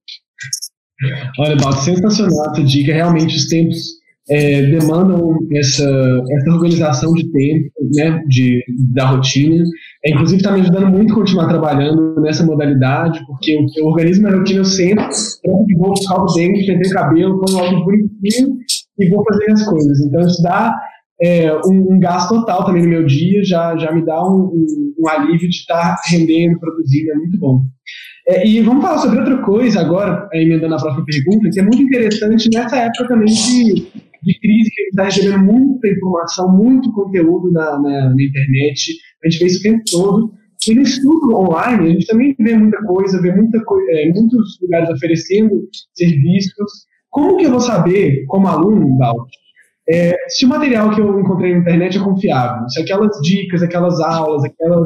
Olha, Baldo, sensacional essa dica. Realmente os tempos demandam essa organização de tempo, né, da rotina. Inclusive está me ajudando muito a continuar trabalhando nessa modalidade, porque eu organizo minha rotina sempre, vou buscar o dente, pentei o cabelo, ponho algo bonitinho e vou fazer as coisas. Então isso dá um gasto total também no meu dia, já me dá um alívio de estar rendendo, produzindo, é muito bom. E vamos falar sobre outra coisa agora, emendando a próxima pergunta, que é muito interessante nessa época também de crise, que a gente está recebendo muita informação, muito conteúdo na internet, a gente vê isso o tempo todo. E no estudo online, a gente também vê muita coisa, muitos lugares oferecendo serviços. Como que eu vou saber, como aluno, Baldo, se o material que eu encontrei na internet é confiável? Se aquelas dicas, aquelas aulas,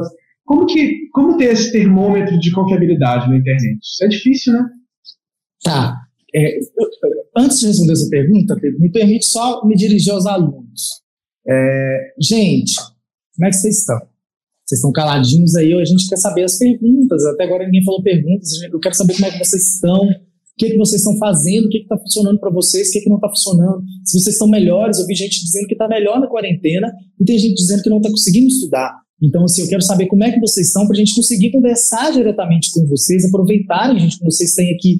como ter esse termômetro de confiabilidade na internet? Isso é difícil, né? Tá. Antes de responder essa pergunta, Pedro, me permite só me dirigir aos alunos. Gente, como é que vocês estão? Vocês estão caladinhos aí, a gente quer saber as perguntas. Até agora ninguém falou perguntas, eu quero saber como é que vocês estão, o que vocês estão fazendo, o que está funcionando para vocês, o que não está funcionando. Se vocês estão melhores, eu vi gente dizendo que está melhor na quarentena e tem gente dizendo que não está conseguindo estudar. Então, assim, eu quero saber como é que vocês estão para a gente conseguir conversar diretamente com vocês, aproveitarem, gente, que vocês têm aqui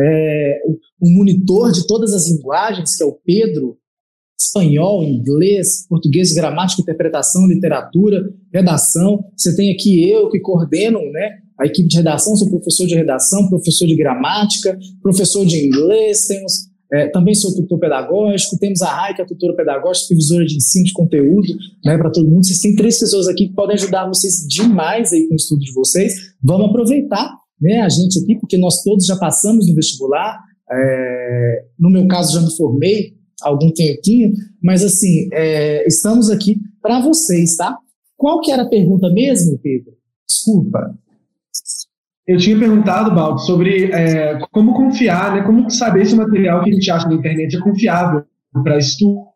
o monitor de todas as linguagens, que é o Pedro, espanhol, inglês, português, gramática, interpretação, literatura, redação. Você tem aqui eu que coordeno, né, a equipe de redação, sou professor de redação, professor de gramática, professor de inglês, também sou tutor pedagógico, temos a Rai, que é a tutora pedagógica, supervisora de ensino de conteúdo, né, para todo mundo. Vocês têm 3 pessoas aqui que podem ajudar vocês demais aí com o estudo de vocês. Vamos aproveitar, né, a gente aqui, porque nós todos já passamos no vestibular. No meu caso, já me formei há algum tempinho, mas assim, estamos aqui para vocês, tá? Qual que era a pergunta mesmo, Pedro? Desculpa. Eu tinha perguntado, Baldo, sobre como confiar, né, como saber se o material que a gente acha na internet é confiável para estudo,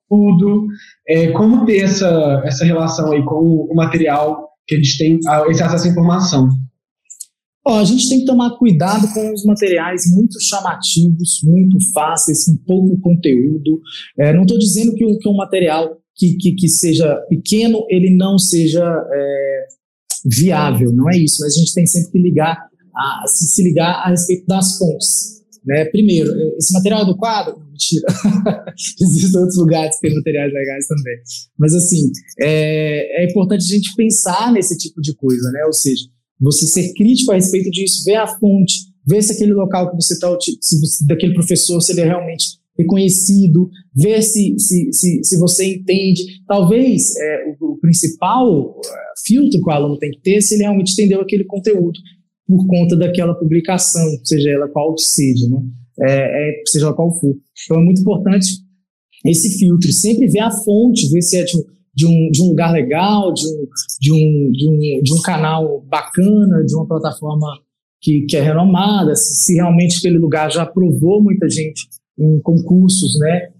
como ter essa relação aí com o material que a gente tem, esse acesso à informação. A gente tem que tomar cuidado com os materiais muito chamativos, muito fáceis, com pouco conteúdo. Não estou dizendo que um material que seja pequeno, ele não seja viável, não é isso, mas a gente tem sempre que se ligar a respeito das fontes, né? Primeiro, esse material é do quadro? Não, mentira. Existem outros lugares que tem materiais legais também. Mas, assim, é importante a gente pensar nesse tipo de coisa, né? Ou seja, você ser crítico a respeito disso, ver a fonte, ver se aquele local que você está, daquele professor, se ele é realmente reconhecido, ver se você entende. Talvez o principal filtro que o aluno tem que ter, se ele realmente entendeu aquele conteúdo por conta daquela publicação, seja ela qual seja, né? Seja ela qual for. Então é muito importante esse filtro, sempre ver a fonte, ver se é de um lugar legal, de um canal bacana, de uma plataforma que é renomada, se realmente aquele lugar já aprovou muita gente em concursos, né,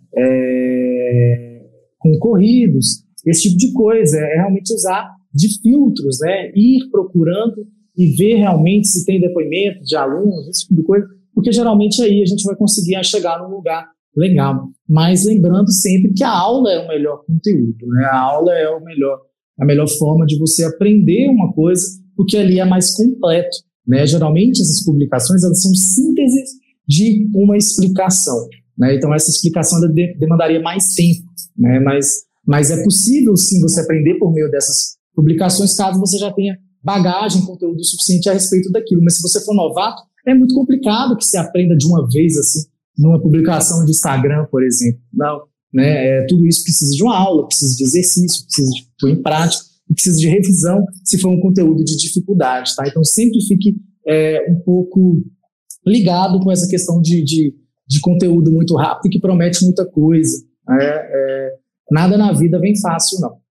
concorridos, esse tipo de coisa. Realmente usar de filtros, né, ir procurando e ver realmente se tem depoimento de alunos, esse tipo de coisa, porque geralmente aí a gente vai conseguir chegar num lugar legal. Mas lembrando sempre que a aula é o melhor conteúdo, né? A aula é a melhor forma de você aprender uma coisa, porque ali é mais completo, né? Geralmente essas publicações elas são sínteses de uma explicação, né? Então essa explicação ela demandaria mais tempo, né? Mas é possível sim você aprender por meio dessas publicações caso você já tenha bagagem, conteúdo suficiente a respeito daquilo. Mas se você for novato, é muito complicado que se aprenda de uma vez assim, numa publicação de Instagram, por exemplo. Não, né? Tudo isso precisa de uma aula, precisa de exercício, precisa de pôr em prática, precisa de revisão se for um conteúdo de dificuldade, tá? Então sempre fique um pouco ligado com essa questão de conteúdo muito rápido que promete muita coisa. Nada na vida vem fácil, não.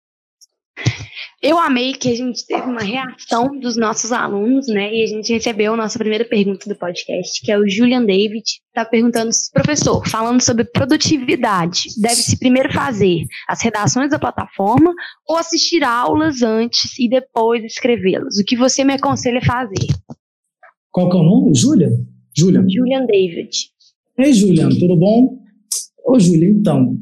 Eu amei que a gente teve uma reação dos nossos alunos, né? E a gente recebeu a nossa primeira pergunta do podcast, que é o Julian David, está perguntando, professor, falando sobre produtividade, deve-se primeiro fazer as redações da plataforma ou assistir aulas antes e depois escrevê-las? O que você me aconselha a fazer? Qual que é o nome? Julian? Julian David. Ei, Julian, tudo bom? Ô, Julian, então,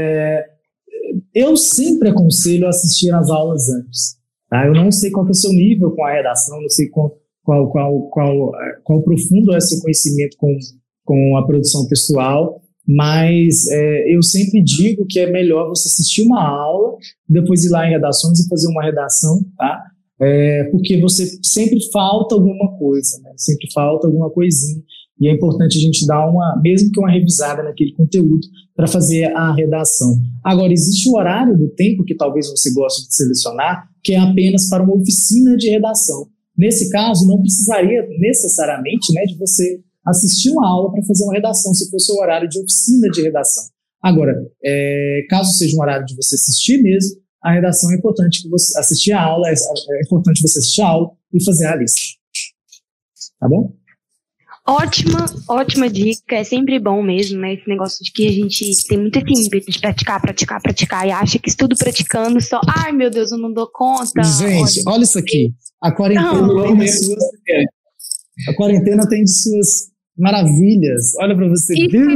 eu sempre aconselho a assistir às aulas antes. Tá? Eu não sei qual que é o seu nível com a redação, não sei qual profundo é o seu conhecimento com a produção textual, mas eu sempre digo que é melhor você assistir uma aula, depois ir lá em redações e fazer uma redação, tá? Porque você sempre falta alguma coisa, né? Sempre falta alguma coisinha. E é importante a gente dar mesmo que uma revisada naquele conteúdo para fazer a redação. Agora, existe o horário do tempo que talvez você goste de selecionar, que é apenas para uma oficina de redação. Nesse caso, não precisaria necessariamente, né, de você assistir uma aula para fazer uma redação, se fosse o horário de oficina de redação. Agora, caso seja um horário de você assistir mesmo, a redação é importante que você assistir a aula, é importante você assistir a aula e fazer a lista. Tá bom? Ótima dica, é sempre bom mesmo, né, esse negócio de que a gente tem muito ímpeto de praticar, e acha que estudo praticando só, ai meu Deus, eu não dou conta. Gente, olha isso aqui, a quarentena tem de suas maravilhas, olha pra você.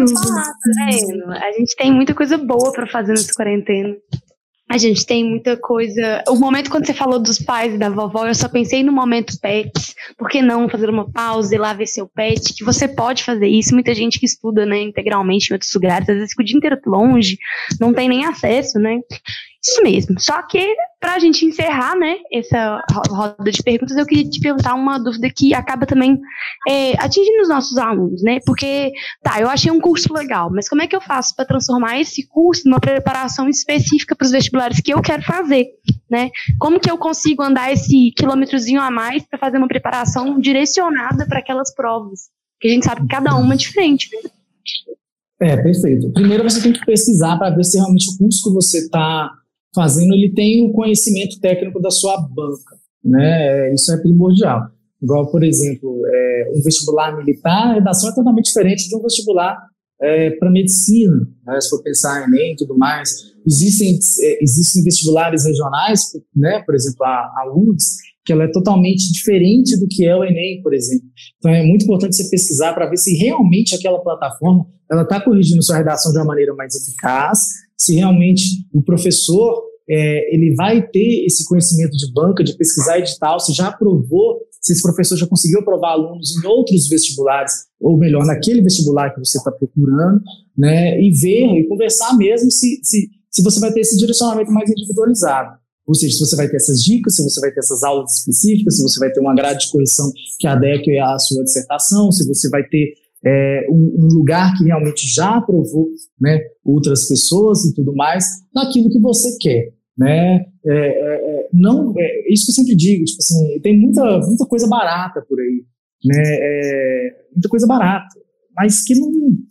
A gente tem muita coisa boa pra fazer nessa quarentena. A gente tem muita coisa... O momento quando você falou dos pais e da vovó, eu só pensei no momento pets. Por que não fazer uma pausa e lá ver seu pet? Que você pode fazer isso. Muita gente que estuda, né, integralmente em outros lugares, às vezes fica o dia inteiro longe, não tem nem acesso, né? Isso mesmo. Só que, pra gente encerrar, né, essa roda de perguntas, eu queria te perguntar uma dúvida que acaba também atingindo os nossos alunos, né? Porque, eu achei um curso legal, mas como é que eu faço para transformar esse curso numa preparação específica para os vestibulares que eu quero fazer, né? Como que eu consigo andar esse quilômetrozinho a mais para fazer uma preparação direcionada para aquelas provas? Porque a gente sabe que cada uma é diferente, né? Perfeito. Primeiro você tem que pesquisar para ver se realmente o curso que você está fazendo, ele tem o conhecimento técnico da sua banca, né? Isso é primordial. Igual, por exemplo, um vestibular militar, a redação é totalmente diferente de um vestibular para medicina, né? Se for pensar em Enem e tudo mais. Existem vestibulares regionais, né? Por exemplo, a URGS, que ela é totalmente diferente do que é o Enem, por exemplo. Então é muito importante você pesquisar para ver se realmente aquela plataforma ela está corrigindo sua redação de uma maneira mais eficaz, se realmente o professor ele vai ter esse conhecimento de banca, de pesquisar edital, se já aprovou, se esse professor já conseguiu aprovar alunos em outros vestibulares, ou melhor, naquele vestibular que você está procurando, né, e ver e conversar mesmo se você vai ter esse direcionamento mais individualizado. Ou seja, se você vai ter essas dicas, se você vai ter essas aulas específicas, se você vai ter uma grade de correção que adeque à sua dissertação, se você vai ter um lugar que realmente já aprovou, né, outras pessoas e tudo mais, naquilo que você quer, né? Isso que eu sempre digo, tipo assim, tem muita coisa barata por aí, né? Muita coisa barata, mas que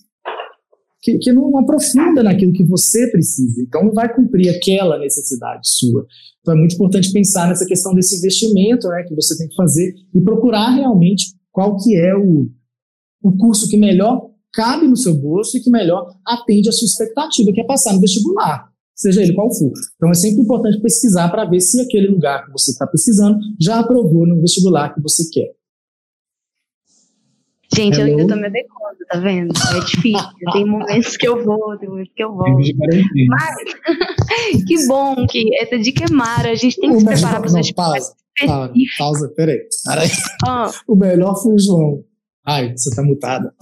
não aprofunda naquilo que você precisa, então não vai cumprir aquela necessidade sua. Então é muito importante pensar nessa questão desse investimento, né, que você tem que fazer e procurar realmente qual que é o curso que melhor cabe no seu bolso e que melhor atende a sua expectativa, que é passar no vestibular, seja ele qual for. Então é sempre importante pesquisar para ver se aquele lugar que você está pesquisando já aprovou no vestibular que você quer. Gente, eu ainda tô me adequando, tá vendo? É difícil, tem momentos que eu vou, tem momentos que eu vou. Mas, que bom que essa dica é mara, a gente tem que se preparar para os vestibulares. específico. Pausa, peraí. O melhor foi o João. Ai, você tá mutada.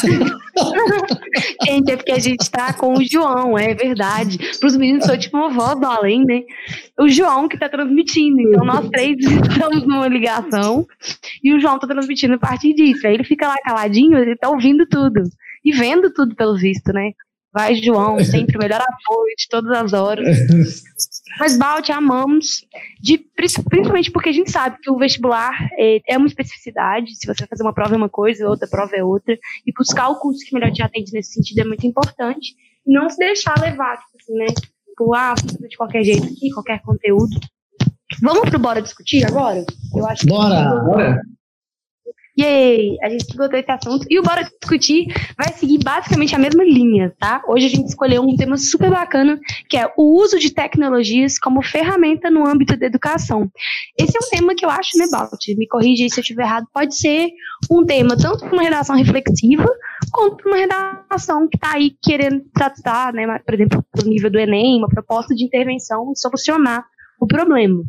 Gente, é porque a gente tá com o João, é verdade. Para os meninos, sou tipo uma voz do além, né? O João que tá transmitindo. Então, nós três estamos numa ligação e o João tá transmitindo a partir disso. Aí ele fica lá caladinho, ele tá ouvindo tudo e vendo tudo, pelo visto, né? Vai, João, sempre o melhor apoio de todas as horas. Mas, Balt, amamos, principalmente porque a gente sabe que o vestibular é uma especificidade. Se você vai fazer uma prova é uma coisa, outra prova é outra. E buscar o curso que melhor te atende nesse sentido é muito importante. E não se deixar levar, tipo assim, né? Fazer de qualquer jeito aqui, qualquer conteúdo. Vamos pro Bora Discutir agora? Eu acho que Bora! Yay! A gente esgotou esse assunto. E o Bora Discutir vai seguir basicamente a mesma linha, tá? Hoje a gente escolheu um tema super bacana, que é o uso de tecnologias como ferramenta no âmbito da educação. Esse é um tema que eu acho, né, Balt? Me corrija aí se eu estiver errado. Pode ser um tema tanto para uma redação reflexiva, quanto para uma redação que está aí querendo tratar, né, por exemplo, no nível do Enem, uma proposta de intervenção e solucionar o problema.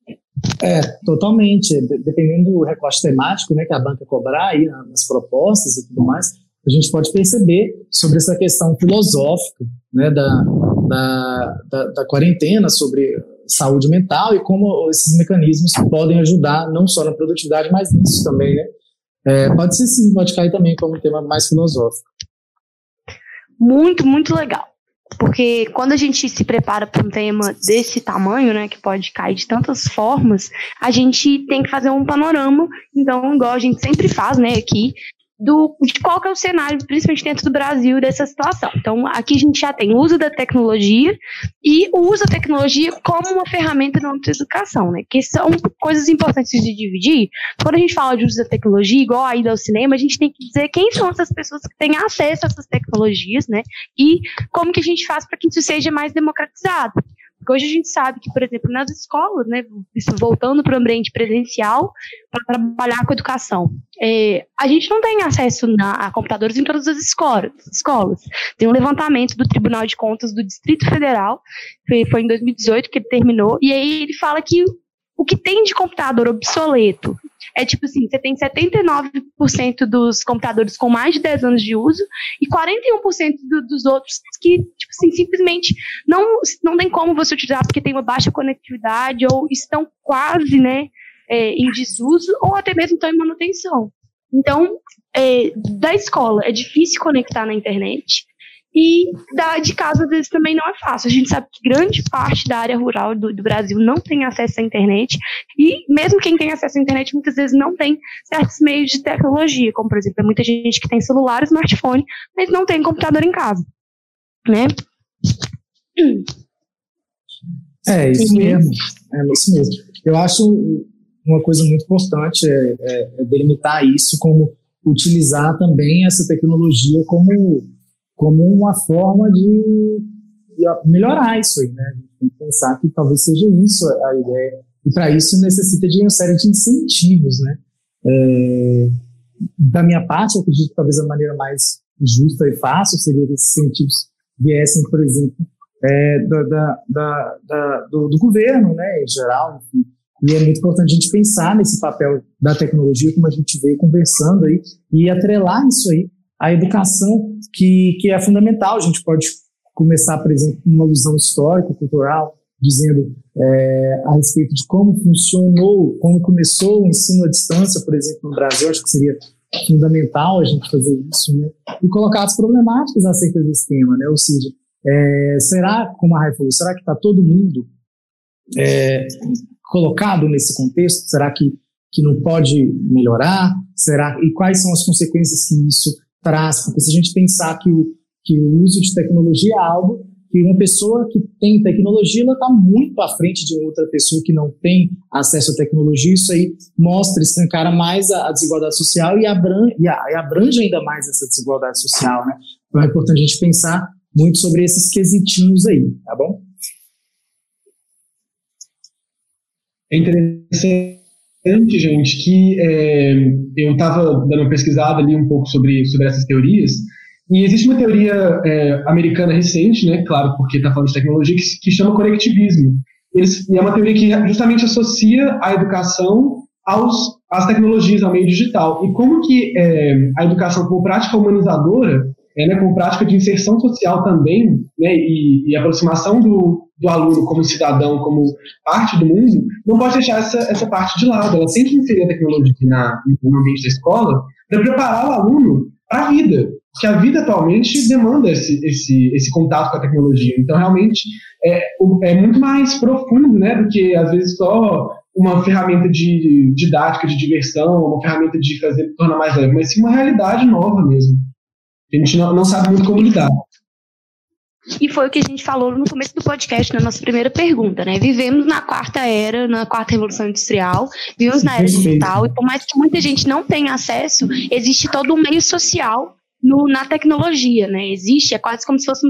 Totalmente. Dependendo do recorte temático, né, que a banca cobrar aí nas propostas e tudo mais, a gente pode perceber sobre essa questão filosófica, né, da quarentena, sobre saúde mental e como esses mecanismos podem ajudar não só na produtividade, mas nisso também, né? Pode ser sim, pode cair também como um tema mais filosófico. Muito, muito legal. Porque quando a gente se prepara para um tema desse tamanho, né, que pode cair de tantas formas, a gente tem que fazer um panorama, então, igual a gente sempre faz, né, aqui, de qual que é o cenário, principalmente dentro do Brasil, dessa situação. Então, aqui a gente já tem o uso da tecnologia e o uso da tecnologia como uma ferramenta no âmbito da educação, né? Que são coisas importantes de dividir. Quando a gente fala de uso da tecnologia, igual a ida ao cinema, a gente tem que dizer quem são essas pessoas que têm acesso a essas tecnologias, né? E como que a gente faz para que isso seja mais democratizado. Porque hoje a gente sabe que, por exemplo, nas escolas, né, voltando para o ambiente presencial, para trabalhar com educação, a gente não tem acesso a computadores em todas as escolas. Tem um levantamento do Tribunal de Contas do Distrito Federal, foi em 2018 que ele terminou, e aí ele fala que o que tem de computador obsoleto é tipo assim, você tem 79% dos computadores com mais de 10 anos de uso e 41% dos outros que, tipo assim, simplesmente não tem como você utilizar porque tem uma baixa conectividade ou estão quase, né, em desuso ou até mesmo estão em manutenção. Então, da escola é difícil conectar na internet. E de casa, às vezes, também não é fácil. A gente sabe que grande parte da área rural do Brasil não tem acesso à internet. E mesmo quem tem acesso à internet, muitas vezes não tem certos meios de tecnologia. Como, por exemplo, muita gente que tem celular, smartphone, mas não tem computador em casa. Né? Isso mesmo. Isso mesmo. Eu acho uma coisa muito importante delimitar isso, como utilizar também essa tecnologia como uma forma de melhorar isso aí, né? A gente tem que pensar que talvez seja isso a ideia. E para isso necessita de uma série de incentivos, né? Da minha parte, eu acredito que talvez a maneira mais justa e fácil seria que esses incentivos viessem, por exemplo, do governo, né, em geral, enfim. E é muito importante a gente pensar nesse papel da tecnologia, como a gente veio conversando aí, e atrelar isso aí à educação, que é fundamental. A gente pode começar, por exemplo, com uma alusão histórica, cultural, dizendo a respeito de como funcionou, como começou o ensino à distância, por exemplo, no Brasil. Acho que seria fundamental a gente fazer isso, né? E colocar as problemáticas acerca desse tema, né? Ou seja, será, como a Rai falou, será que está todo mundo colocado nesse contexto? Será que não pode melhorar? E quais são as consequências que isso traz? Porque se a gente pensar que o uso de tecnologia é algo que uma pessoa que tem tecnologia, ela está muito à frente de outra pessoa que não tem acesso à tecnologia. Isso aí escancara mais a desigualdade social e abrange ainda mais essa desigualdade social, né? Então é importante a gente pensar muito sobre esses quesitinhos aí, tá bom? É interessante, gente, que eu estava dando uma pesquisada ali um pouco sobre essas teorias, e existe uma teoria americana recente, né, claro, porque está falando de tecnologia, que chama conectivismo. E é uma teoria que justamente associa a educação às tecnologias, ao meio digital. E como que a educação como prática humanizadora, como prática de inserção social também, né, e aproximação do aluno como cidadão, como parte do mundo, não pode deixar essa parte de lado. Ela tem que inserir a tecnologia no ambiente da escola para preparar o aluno para a vida, porque a vida atualmente demanda esse contato com a tecnologia. Então, realmente, é muito mais profundo, né, do que, às vezes, só uma ferramenta de didática, de diversão, uma ferramenta de tornar mais leve, mas sim uma realidade nova mesmo. A gente não sabe muito como lidar. E foi o que a gente falou no começo do podcast, na nossa primeira pergunta, né? Vivemos na quarta revolução industrial, vivemos na era digital, e por mais que muita gente não tenha acesso, existe todo um meio social na tecnologia, né? É quase como se fosse uma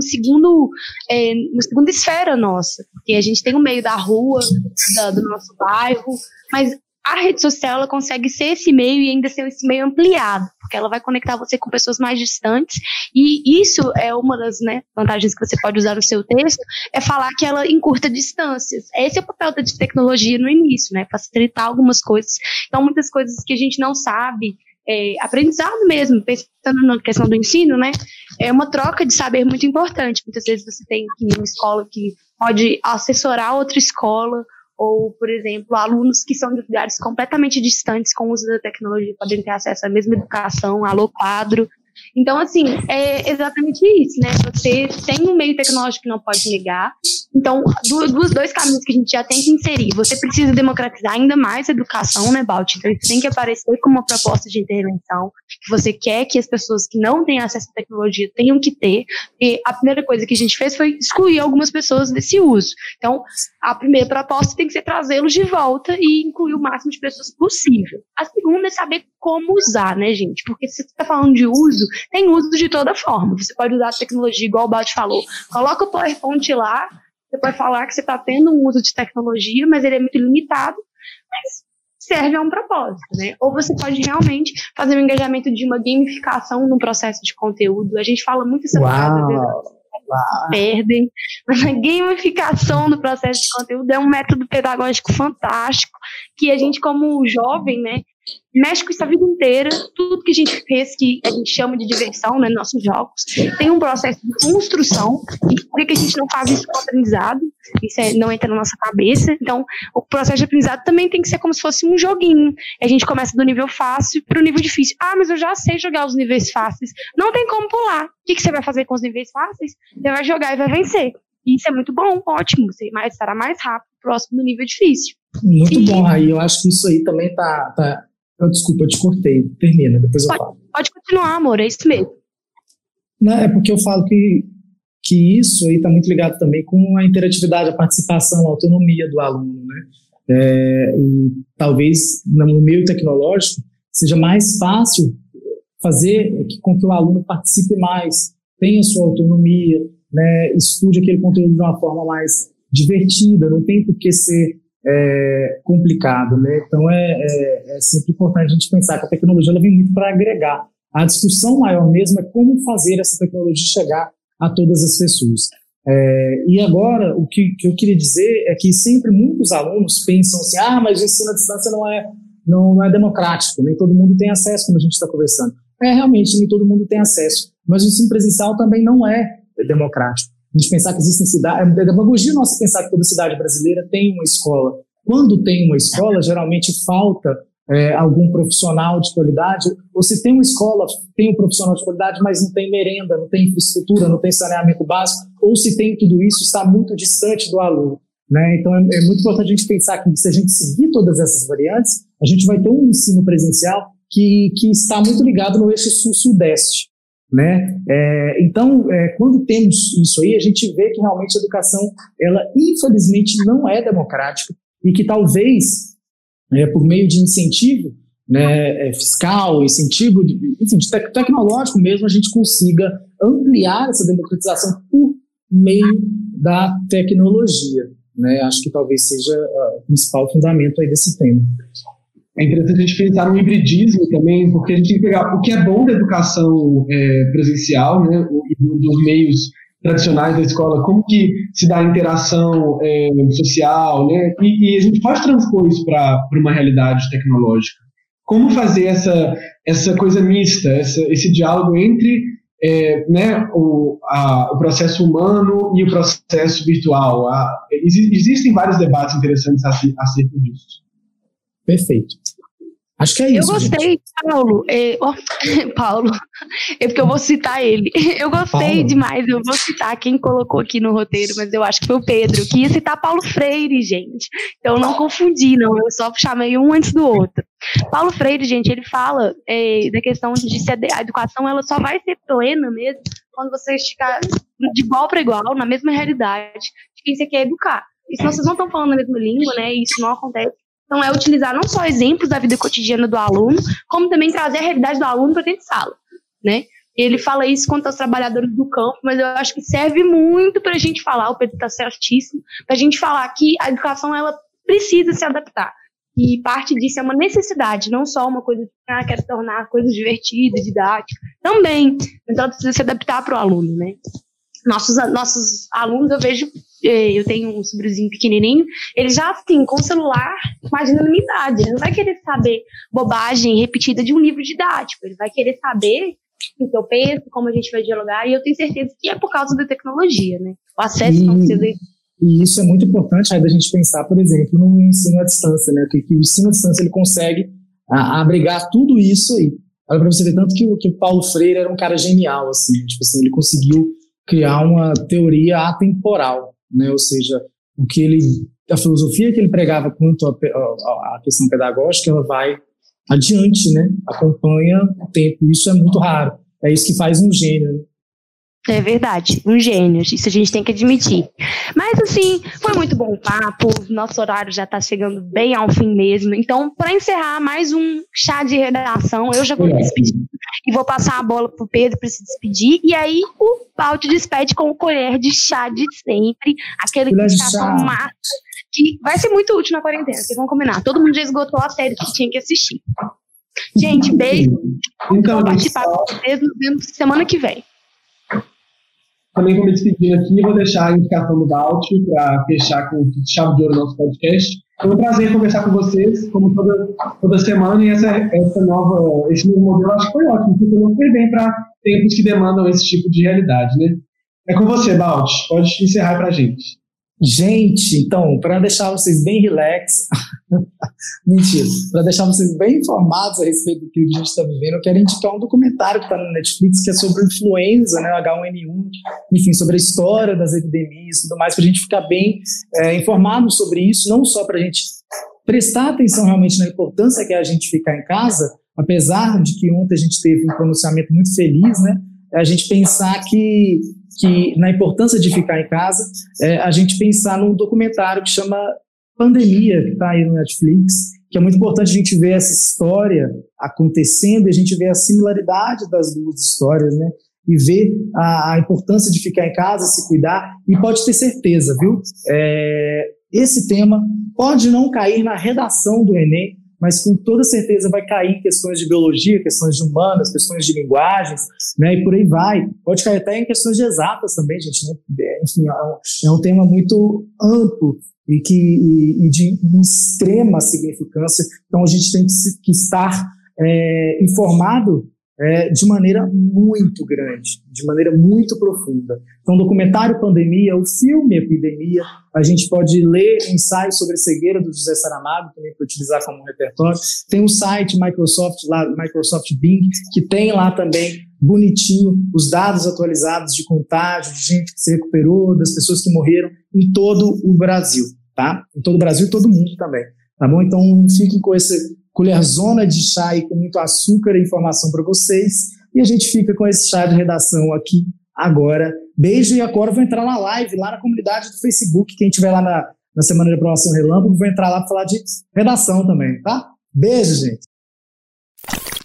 segunda esfera nossa, porque a gente tem o meio da rua, do nosso bairro, mas a rede social ela consegue ser esse meio e ainda ser esse meio ampliado, porque ela vai conectar você com pessoas mais distantes, e isso é uma das vantagens que você pode usar no seu texto, é falar que ela encurta distâncias. Esse é o papel da tecnologia no início, né? Facilitar algumas coisas. Então, muitas coisas que a gente não sabe, aprendizado mesmo, pensando na questão do ensino, né? É uma troca de saber muito importante. Muitas vezes você tem uma escola que pode assessorar outra escola, ou, por exemplo, alunos que são de lugares completamente distantes com o uso da tecnologia podem ter acesso à mesma educação, alô quadro. Então, assim, é exatamente isso, né? Você tem um meio tecnológico que não pode negar. Então, dos dois caminhos que a gente já tem que inserir, você precisa democratizar ainda mais a educação, né, Balt? Então, isso tem que aparecer como uma proposta de intervenção, que você quer que as pessoas que não têm acesso à tecnologia tenham que ter. E a primeira coisa que a gente fez foi excluir algumas pessoas desse uso. Então, a primeira proposta tem que ser trazê-los de volta e incluir o máximo de pessoas possível. A segunda é saber como usar, né, gente? Porque se você está falando de uso, tem uso de toda forma. Você pode usar a tecnologia, igual o Balt falou. Coloca o PowerPoint lá, você pode falar que você está tendo um uso de tecnologia, mas ele é muito limitado, mas serve a um propósito, né? Ou você pode realmente fazer um engajamento de uma gamificação no processo de conteúdo. A gente fala muito essa frase, às vezes perdem, mas a gamificação do processo de conteúdo é um método pedagógico fantástico, que a gente, como jovem, né, mexe com isso a vida inteira. Tudo que a gente fez, que a gente chama de diversão, né, nossos jogos, tem um processo de construção. E por que a gente não faz isso com o aprendizado? Isso não entra na nossa cabeça. Então, o processo de aprendizado também tem que ser como se fosse um joguinho. A gente começa do nível fácil para o nível difícil. Ah, mas eu já sei jogar os níveis fáceis. Não tem como pular. O que você vai fazer com os níveis fáceis? Você vai jogar e vai vencer. Isso é muito bom, ótimo. Você estará mais rápido, próximo do nível difícil. Muito bom, Raí. Eu acho que isso aí também tá... Desculpa, eu te cortei. Termina, depois eu falo. Pode continuar, amor, é isso mesmo. Não, é porque eu falo que isso aí está muito ligado também com a interatividade, a participação, a autonomia do aluno, né? E talvez no meio tecnológico seja mais fácil fazer com que o aluno participe mais, tenha sua autonomia, né? Estude aquele conteúdo de uma forma mais divertida, não tem por que ser complicado, né? Então é sempre importante a gente pensar que a tecnologia ela vem muito para agregar. A discussão maior mesmo é como fazer essa tecnologia chegar a todas as pessoas. E agora, o que eu queria dizer é que sempre muitos alunos pensam assim, mas o ensino à distância não é democrático, nem todo mundo tem acesso, como a gente está conversando. Realmente, nem todo mundo tem acesso, mas o ensino presencial também não é democrático. A gente pensar que existem cidades, é demagogia nossa pensar que toda cidade brasileira tem uma escola. Quando tem uma escola, geralmente falta algum profissional de qualidade, ou se tem uma escola, tem um profissional de qualidade, mas não tem merenda, não tem infraestrutura, não tem saneamento básico, ou se tem tudo isso, está muito distante do aluno, né? Então é muito importante a gente pensar que se a gente seguir todas essas variantes, a gente vai ter um ensino presencial que está muito ligado no eixo sul-sudeste, né? Então, quando temos isso aí, a gente vê que realmente a educação, ela infelizmente não é democrática e que talvez, por meio de incentivo, né, fiscal, incentivo tecnológico mesmo, a gente consiga ampliar essa democratização por meio da tecnologia, né? Acho que talvez seja o principal fundamento aí desse tema. É interessante a gente pensar no hibridismo também, porque a gente tem que pegar o que é bom da educação presencial, né, e dos meios tradicionais da escola, como que se dá a interação social, né? E a gente pode transpor isso para uma realidade tecnológica. Como fazer essa coisa mista, esse diálogo entre né, o processo humano e o processo virtual? Existem vários debates interessantes acerca disso. Perfeito. Acho que é isso. Eu gostei, gente. Paulo, é porque eu vou citar ele. Eu gostei demais, eu vou citar quem colocou aqui no roteiro, mas eu acho que foi o Pedro, que ia citar Paulo Freire, gente. Então não confundi, não, eu só chamei um antes do outro. Paulo Freire, gente, ele fala da questão de se a educação ela só vai ser plena mesmo quando você estiver de igual para igual, na mesma realidade de quem você quer educar. E senão vocês não estão falando a mesma língua, né? E isso não acontece. Então, é utilizar não só exemplos da vida cotidiana do aluno, como também trazer a realidade do aluno para dentro de sala, né? Ele fala isso quanto aos trabalhadores do campo, mas eu acho que serve muito para a gente falar, o Pedro está certíssimo, para a gente falar que a educação ela precisa se adaptar. E parte disso é uma necessidade, não só uma coisa que quer tornar coisas divertidas, didáticas, também, mas ela precisa se adaptar para o aluno, né? Nossos alunos, eu tenho um sobrinho pequenininho, ele já, assim, com o celular, imagina na minha idade, ele não vai querer saber bobagem repetida de um livro didático, ele vai querer saber o que eu penso, como a gente vai dialogar, e eu tenho certeza que é por causa da tecnologia, né? O acesso não precisa... E isso é muito importante aí da gente pensar, por exemplo, no ensino à distância, né? Que o ensino à distância ele consegue abrigar tudo isso aí. Olha para você ver, tanto que o Paulo Freire era um cara genial, assim, tipo assim, ele conseguiu criar uma teoria atemporal, né? Ou seja, a filosofia que ele pregava quanto à questão pedagógica, ela vai adiante, né? Acompanha o tempo. Isso é muito raro. É isso que faz um gênio, né? É verdade, um gênio, isso a gente tem que admitir. Mas assim, foi muito bom o papo, nosso horário já está chegando bem ao fim mesmo. Então, para encerrar mais um chá de redação, eu já vou me despedir e vou passar a bola para o Pedro para se despedir. E aí o Paulo te despede com o colher de chá de sempre, aquele que está massa, que vai ser muito útil na quarentena, vocês vão combinar. Todo mundo já esgotou a série que tinha que assistir. Gente, beijo. Então, vou participar com vocês, nos vemos semana que vem. Também vou me despedindo aqui e vou deixar a indicação do Balt para fechar com chave de ouro no nosso podcast. Foi um prazer conversar com vocês, como toda semana, e esse novo modelo acho que foi ótimo, porque não foi bem para tempos que demandam esse tipo de realidade, né? É com você, Balt. Pode encerrar para a gente. Gente, então, para deixar vocês bem relax, mentira, para deixar vocês bem informados a respeito do que a gente está vivendo, eu quero indicar um documentário que está no Netflix, que é sobre influenza, né, H1N1, enfim, sobre a história das epidemias e tudo mais, para a gente ficar bem informado sobre isso, não só para a gente prestar atenção realmente na importância que é a gente ficar em casa, apesar de que ontem a gente teve um pronunciamento muito feliz, né, a gente pensar que na importância de ficar em casa, a gente pensar num documentário que chama Pandemia, que está aí no Netflix, que é muito importante a gente ver essa história acontecendo e a gente ver a similaridade das duas histórias, né? E ver a importância de ficar em casa, se cuidar, e pode ter certeza, viu? Esse tema pode não cair na redação do Enem, mas com toda certeza vai cair em questões de biologia, questões de humanas, questões de linguagens, né, e por aí vai. Pode cair até em questões de exatas também, gente, né? Enfim, é um tema muito amplo e de extrema significância, então a gente tem que estar informado de maneira muito grande, de maneira muito profunda. Então, o documentário Pandemia, o filme Epidemia, a gente pode ler ensaios sobre a cegueira do José Saramago, também para utilizar como repertório. Tem um site Microsoft Bing, que tem lá também, bonitinho, os dados atualizados de contágio, de gente que se recuperou, das pessoas que morreram em todo o Brasil, tá? Em todo o Brasil e todo mundo também, tá bom? Então, fiquem com essa colherzona de chá e com muito açúcar e informação para vocês. E a gente fica com esse chá de redação aqui agora. Beijo, e agora eu vou entrar na live, lá na comunidade do Facebook. Quem estiver lá na Semana de Aprovação Relâmpago, vou entrar lá para falar de redação também, tá? Beijo, gente.